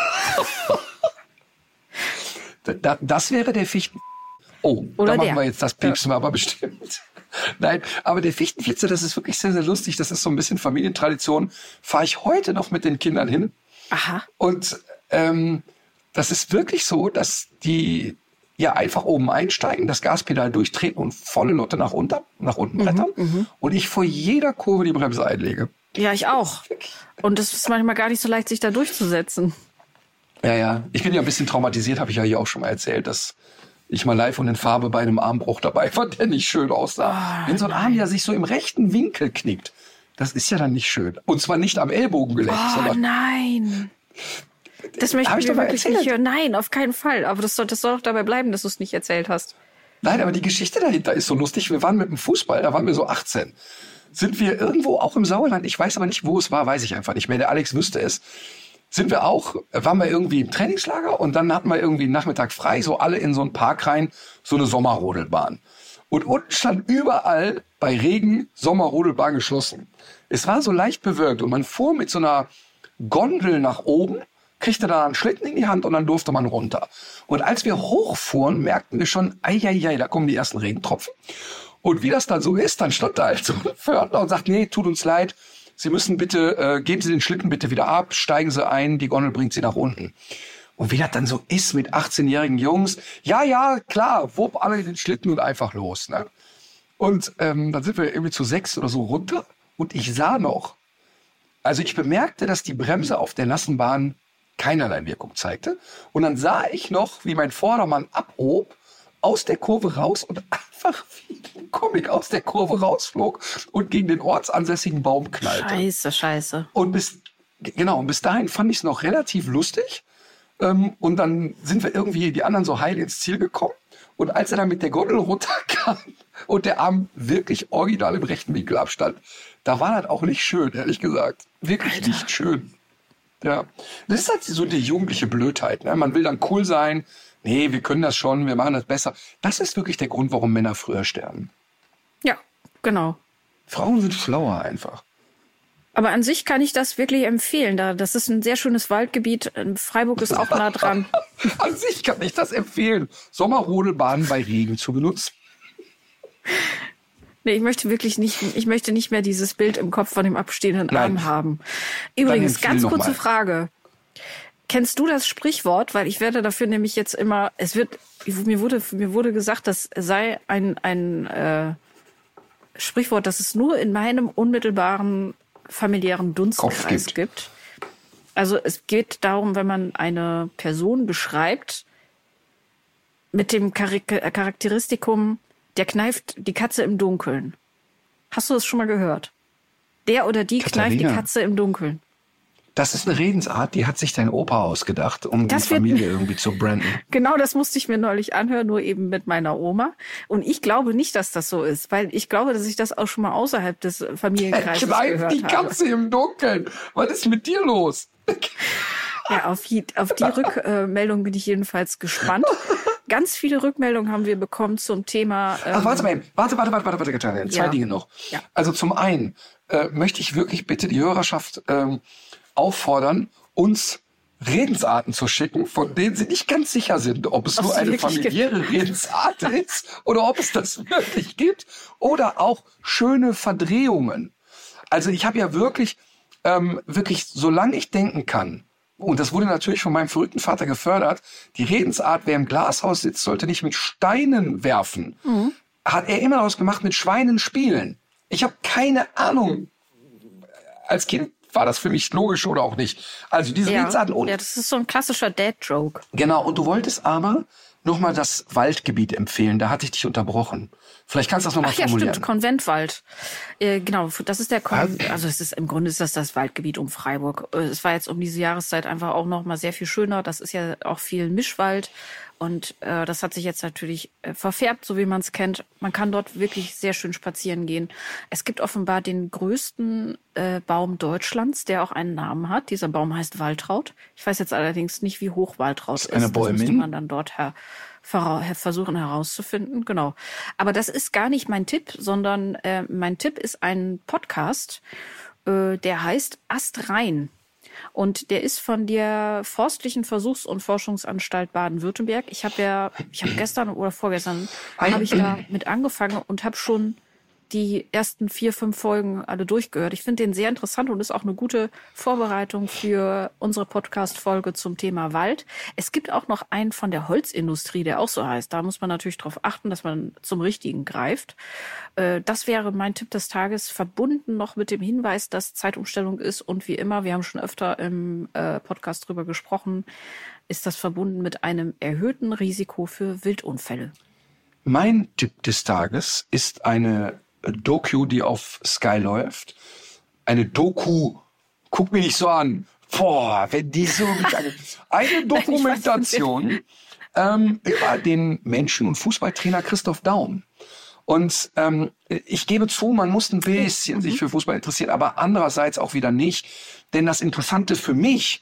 Das wäre der Fichten... Oh, oder da machen wir jetzt, das piepsen wir aber bestimmt. Nein, aber der Fichtenflitzer, das ist wirklich sehr, sehr lustig. Das ist so ein bisschen Familientradition. Fahre ich heute noch mit den Kindern hin. Aha. Und das ist wirklich so, dass die ja einfach oben einsteigen, das Gaspedal durchtreten und volle Lotte nach unten brettern. Und ich vor jeder Kurve die Bremse einlege. Ja, ich auch. Und es ist manchmal gar nicht so leicht, sich da durchzusetzen. Ja. Ich bin ja ein bisschen traumatisiert, habe ich ja hier auch schon mal erzählt, dass ich mal live und in Farbe bei einem Armbruch dabei war, der nicht schön aussah. Wenn so ein Arm ja sich so im rechten Winkel knickt, das ist ja dann nicht schön. Und zwar nicht am Ellbogengelenk, sondern... Nein. Das möchte ich wirklich nicht hören. Nein, auf keinen Fall. Aber das soll doch dabei bleiben, dass du es nicht erzählt hast. Nein, aber die Geschichte dahinter ist so lustig. Wir waren mit dem Fußball, da waren wir so 18. Sind wir irgendwo auch im Sauerland, ich weiß aber nicht, wo es war, weiß ich einfach nicht mehr. Der Alex wüsste es. Waren wir irgendwie im Trainingslager und dann hatten wir irgendwie einen Nachmittag frei, so alle in so einen Park rein, so eine Sommerrodelbahn. Und unten stand überall bei Regen Sommerrodelbahn geschlossen. Es war so leicht bewölkt und man fuhr mit so einer Gondel nach oben, kriegte da einen Schlitten in die Hand und dann durfte man runter. Und als wir hochfuhren, merkten wir schon, da kommen die ersten Regentropfen. Und wie das dann so ist, dann stand da halt so ein Pförtner und sagt, nee, tut uns leid, Sie müssen bitte, geben Sie den Schlitten bitte wieder ab, steigen Sie ein, die Gondel bringt Sie nach unten. Und wie das dann so ist mit 18-jährigen Jungs, ja, klar, wupp alle den Schlitten und einfach los. Ne? Und dann sind wir irgendwie zu 6 oder so runter und ich sah noch, also ich bemerkte, dass die Bremse auf der nassen Bahn keinerlei Wirkung zeigte. Und dann sah ich noch, wie mein Vordermann abhob, aus der Kurve raus und einfach wie ein Comic aus der Kurve rausflog und gegen den ortsansässigen Baum knallte. Scheiße. Und bis dahin fand ich es noch relativ lustig. Und dann sind wir irgendwie die anderen so heil ins Ziel gekommen. Und als er dann mit der Gondel runterkam und der Arm wirklich original im rechten Winkel abstand, da war das auch nicht schön, ehrlich gesagt. Wirklich nicht schön. Ja. Das ist halt so die jugendliche Blödheit. Ne? Man will dann cool sein. Nee, wir können das schon, wir machen das besser. Das ist wirklich der Grund, warum Männer früher sterben. Ja, genau. Frauen sind schlauer einfach. Aber an sich kann ich das wirklich empfehlen. Das ist ein sehr schönes Waldgebiet. Freiburg ist auch nah dran. An sich kann ich das empfehlen, Sommerrodelbahnen bei Regen zu benutzen. Nee, ich möchte nicht mehr dieses Bild im Kopf von dem abstehenden Arm haben. Übrigens, ganz kurze Frage. Kennst du das Sprichwort? Weil ich werde dafür nämlich jetzt immer, mir wurde gesagt, das sei ein Sprichwort, das es nur in meinem unmittelbaren familiären Dunstkreis gibt. Also es geht darum, wenn man eine Person beschreibt mit dem Charakteristikum, der kneift die Katze im Dunkeln. Hast du das schon mal gehört? Der oder die kneift die Katze im Dunkeln. Das ist eine Redensart, die hat sich dein Opa ausgedacht, um die Familie irgendwie zu branden. Genau, das musste ich mir neulich anhören, nur eben mit meiner Oma. Und ich glaube nicht, dass das so ist, weil ich glaube, dass ich das auch schon mal außerhalb des Familienkreises gehört habe. Die Katze im Dunkeln. Was ist mit dir los? Ja, auf die Rückmeldung bin ich jedenfalls gespannt. Ganz viele Rückmeldungen haben wir bekommen zum Thema... Ach, warte, Katharina. Zwei Dinge noch. Ja. Also zum einen möchte ich wirklich bitte die Hörerschaft auffordern, uns Redensarten zu schicken, von denen sie nicht ganz sicher sind, ob es nur eine familiäre Redensart ist oder ob es das wirklich gibt oder auch schöne Verdrehungen. Also ich habe ja wirklich, solange ich denken kann, und das wurde natürlich von meinem verrückten Vater gefördert, die Redensart, wer im Glashaus sitzt, sollte nicht mit Steinen werfen. Mhm. Hat er immer daraus gemacht, mit Schweinen spielen. Ich habe keine Ahnung. als Kind war das für mich logisch oder auch nicht. Also diese Redensarten. Und das ist so ein klassischer Dad-Joke. Genau, und du wolltest aber nochmal das Waldgebiet empfehlen. Da hatte ich dich unterbrochen. Vielleicht kannst du das nochmal formulieren. Ja, stimmt, Konventwald. Genau, das ist also es ist im Grunde ist das Waldgebiet um Freiburg. Es war jetzt um diese Jahreszeit einfach auch nochmal sehr viel schöner. Das ist ja auch viel Mischwald. Und das hat sich jetzt natürlich verfärbt, so wie man es kennt. Man kann dort wirklich sehr schön spazieren gehen. Es gibt offenbar den größten Baum Deutschlands, der auch einen Namen hat. Dieser Baum heißt Waltraud. Ich weiß jetzt allerdings nicht, wie hoch Waltraud ist. Eine Bäumin? Das müsste man dann dort versuchen herauszufinden. Genau. Aber das ist gar nicht mein Tipp, sondern mein Tipp ist ein Podcast, der heißt Astrein. Und der ist von der Forstlichen Versuchs- und Forschungsanstalt Baden-Württemberg. Ich habe gestern oder vorgestern habe ich da mit angefangen und habe schon die ersten 4, 5 Folgen alle durchgehört. Ich finde den sehr interessant und ist auch eine gute Vorbereitung für unsere Podcast-Folge zum Thema Wald. Es gibt auch noch einen von der Holzindustrie, der auch so heißt. Da muss man natürlich darauf achten, dass man zum Richtigen greift. Das wäre mein Tipp des Tages, verbunden noch mit dem Hinweis, dass Zeitumstellung ist. Und wie immer, wir haben schon öfter im Podcast drüber gesprochen, ist das verbunden mit einem erhöhten Risiko für Wildunfälle. Mein Tipp des Tages ist eine Doku, die auf Sky läuft. Eine Doku, guck mich nicht so an. Boah, wenn die so... Eine Dokumentation über den Menschen- und Fußballtrainer Christoph Daum. Und ich gebe zu, man muss ein bisschen sich für Fußball interessieren, aber andererseits auch wieder nicht. Denn das Interessante für mich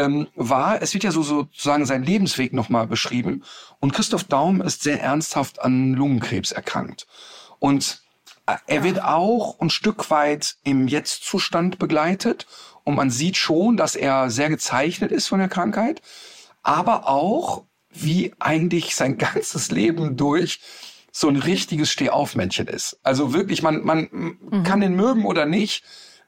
war, es wird ja sozusagen sein Lebensweg nochmal beschrieben. Und Christoph Daum ist sehr ernsthaft an Lungenkrebs erkrankt. Und er wird auch ein Stück weit im Jetzt-Zustand begleitet. Und man sieht schon, dass er sehr gezeichnet ist von der Krankheit. Aber auch, wie eigentlich sein ganzes Leben durch so ein richtiges Stehaufmännchen ist. Also wirklich, man kann ihn mögen oder nicht.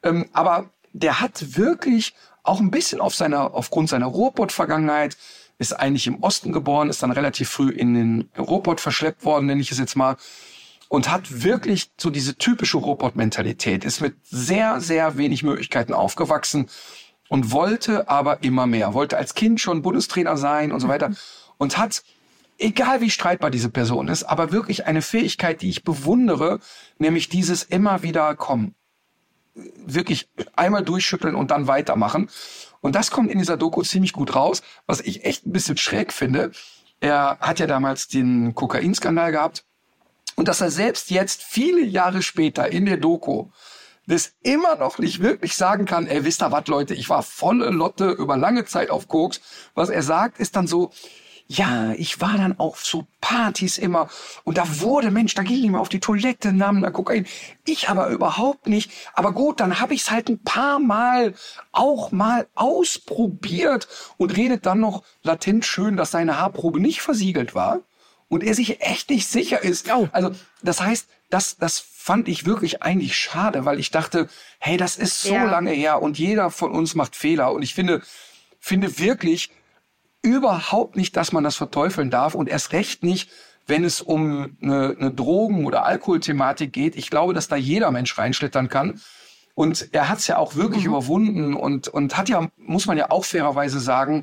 Aber der hat wirklich auch ein bisschen aufgrund seiner Ruhrpott-Vergangenheit, ist eigentlich im Osten geboren, ist dann relativ früh in den Ruhrpott verschleppt worden, nenne ich es jetzt mal. Und hat wirklich so diese typische Ruhrpott-Mentalität, ist mit sehr, sehr wenig Möglichkeiten aufgewachsen und wollte aber immer mehr. Wollte als Kind schon Bundestrainer sein und so weiter. Und hat, egal wie streitbar diese Person ist, aber wirklich eine Fähigkeit, die ich bewundere, nämlich dieses immer wieder kommen. Wirklich einmal durchschütteln und dann weitermachen. Und das kommt in dieser Doku ziemlich gut raus, was ich echt ein bisschen schräg finde. Er hat ja damals den Kokainskandal gehabt. Und dass er selbst jetzt, viele Jahre später in der Doku, das immer noch nicht wirklich sagen kann, ey, wisst ihr was, Leute, ich war volle Lotte über lange Zeit auf Koks. Was er sagt, ist dann so, ja, ich war dann auf so Partys immer und da da ging ich mal auf die Toilette, nahm da Kokain. Ich aber überhaupt nicht. Aber gut, dann habe ich es halt ein paar Mal auch mal ausprobiert und redet dann noch latent schön, dass seine Haarprobe nicht versiegelt war. Und er sich echt nicht sicher ist. Oh. Also das heißt, das fand ich wirklich eigentlich schade, weil ich dachte, hey, das ist so lange her und jeder von uns macht Fehler. Und ich finde wirklich überhaupt nicht, dass man das verteufeln darf und erst recht nicht, wenn es um eine Drogen- oder Alkoholthematik geht. Ich glaube, dass da jeder Mensch reinschlittern kann. Und er hat es ja auch wirklich überwunden und hat ja, muss man ja auch fairerweise sagen,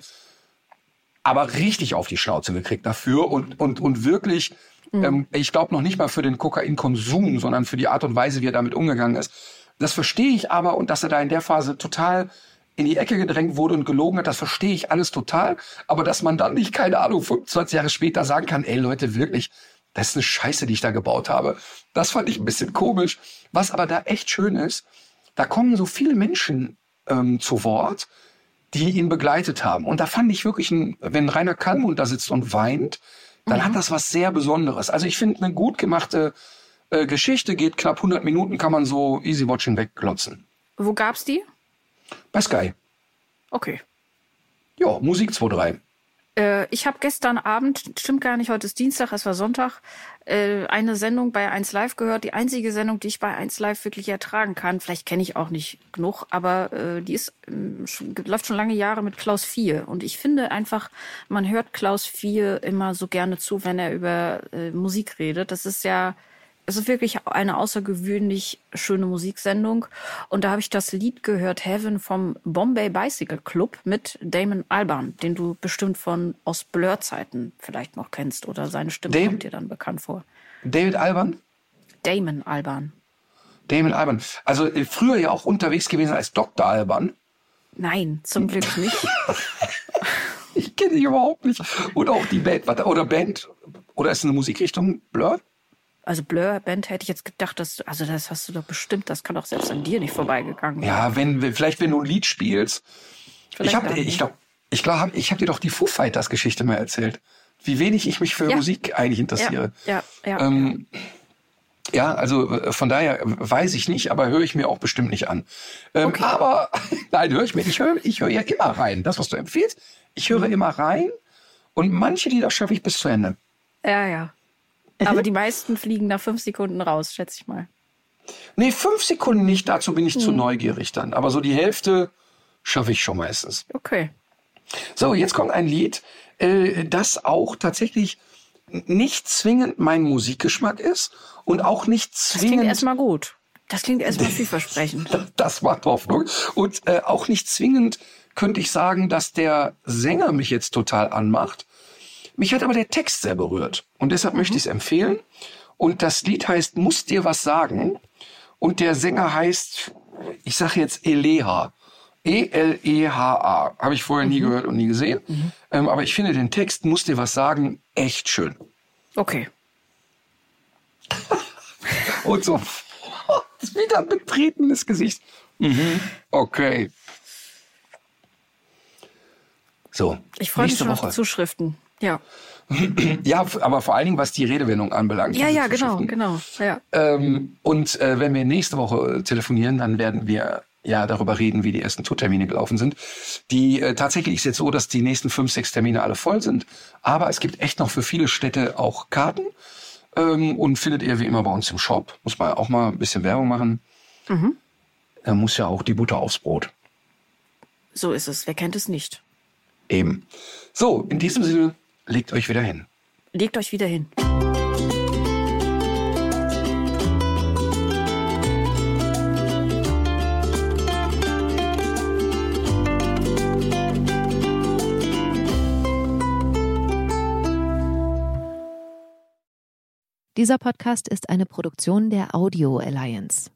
aber richtig auf die Schnauze gekriegt dafür und wirklich, ich glaube noch nicht mal für den Kokainkonsum, sondern für die Art und Weise, wie er damit umgegangen ist. Das verstehe ich aber und dass er da in der Phase total in die Ecke gedrängt wurde und gelogen hat, das verstehe ich alles total. Aber dass man dann nicht, keine Ahnung, 25 Jahre später sagen kann, ey Leute, wirklich, das ist eine Scheiße, die ich da gebaut habe. Das fand ich ein bisschen komisch. Was aber da echt schön ist, da kommen so viele Menschen zu Wort, die ihn begleitet haben. Und da fand ich wirklich, wenn Rainer Kallmund da sitzt und weint, dann hat das was sehr Besonderes. Also ich finde, eine gut gemachte Geschichte geht knapp 100 Minuten, kann man so easy watching wegklotzen. Wo gab's die? Bei Sky. Okay. Ja, Musik 2.3. Ich habe gestern Abend, stimmt gar nicht, heute ist Dienstag, es war Sonntag, eine Sendung bei 1 Live gehört. Die einzige Sendung, die ich bei 1 Live wirklich ertragen kann. Vielleicht kenne ich auch nicht genug, aber die läuft schon lange Jahre mit Klaus Vier. Und ich finde einfach, man hört Klaus Vier immer so gerne zu, wenn er über Musik redet. Das ist ja es ist wirklich eine außergewöhnlich schöne Musiksendung. Und da habe ich das Lied gehört, Heaven vom Bombay Bicycle Club mit Damon Albarn, den du bestimmt aus Blur-Zeiten vielleicht noch kennst oder seine Stimme kommt dir dann bekannt vor. David Albarn? Damon Albarn. Damon Albarn. Also früher ja auch unterwegs gewesen als Dr. Albarn. Nein, zum Glück nicht. Ich kenne die überhaupt nicht. Oder auch die Band. Oder Band? Oder ist es eine Musikrichtung? Blur? Also Blur-Band hätte ich jetzt gedacht, das hast du doch bestimmt, das kann doch selbst an dir nicht vorbeigegangen sein. Ja, vielleicht wenn du ein Lied spielst. Ich glaube, ich hab dir doch die Foo Fighters Geschichte mal erzählt. Wie wenig ich mich für Musik eigentlich interessiere. Ja, also von daher weiß ich nicht, aber höre ich mir auch bestimmt nicht an. Okay. Aber nein, ich höre ja immer rein. Das, was du empfiehlst, ich höre immer rein und manche Lieder schaffe ich bis zu Ende. Ja. Aber die meisten fliegen nach 5 Sekunden raus, schätze ich mal. Nee, 5 Sekunden nicht, dazu bin ich zu neugierig dann. Aber so die Hälfte schaffe ich schon meistens. Okay. So, jetzt kommt ein Lied, das auch tatsächlich nicht zwingend mein Musikgeschmack ist und auch nicht zwingend... Das klingt erstmal gut. Das klingt erstmal vielversprechend. Das macht Hoffnung. Und auch nicht zwingend könnte ich sagen, dass der Sänger mich jetzt total anmacht. Mich hat aber der Text sehr berührt. Und deshalb möchte ich es empfehlen. Und das Lied heißt Muss dir was sagen. Und der Sänger heißt, ich sage jetzt Eleha. E-L-E-H-A. Habe ich vorher nie gehört und nie gesehen. Aber ich finde den Text Muss dir was sagen echt schön. Okay. Und so wieder ein betretenes Gesicht. Okay. So. Ich freue mich schon auf die Zuschriften. Ja. Ja, aber vor allen Dingen, was die Redewendung anbelangt. Ja, genau. Ja. Und wenn wir nächste Woche telefonieren, dann werden wir darüber reden, wie die ersten Tourtermine gelaufen sind. Tatsächlich ist jetzt so, dass die nächsten 5, 6 Termine alle voll sind. Aber es gibt echt noch für viele Städte auch Karten. Und findet ihr wie immer bei uns im Shop. Muss man auch mal ein bisschen Werbung machen. Da muss ja auch die Butter aufs Brot. So ist es. Wer kennt es nicht? Eben. So, in diesem Sinne, legt euch wieder hin. Legt euch wieder hin. Dieser Podcast ist eine Produktion der Audio Alliance.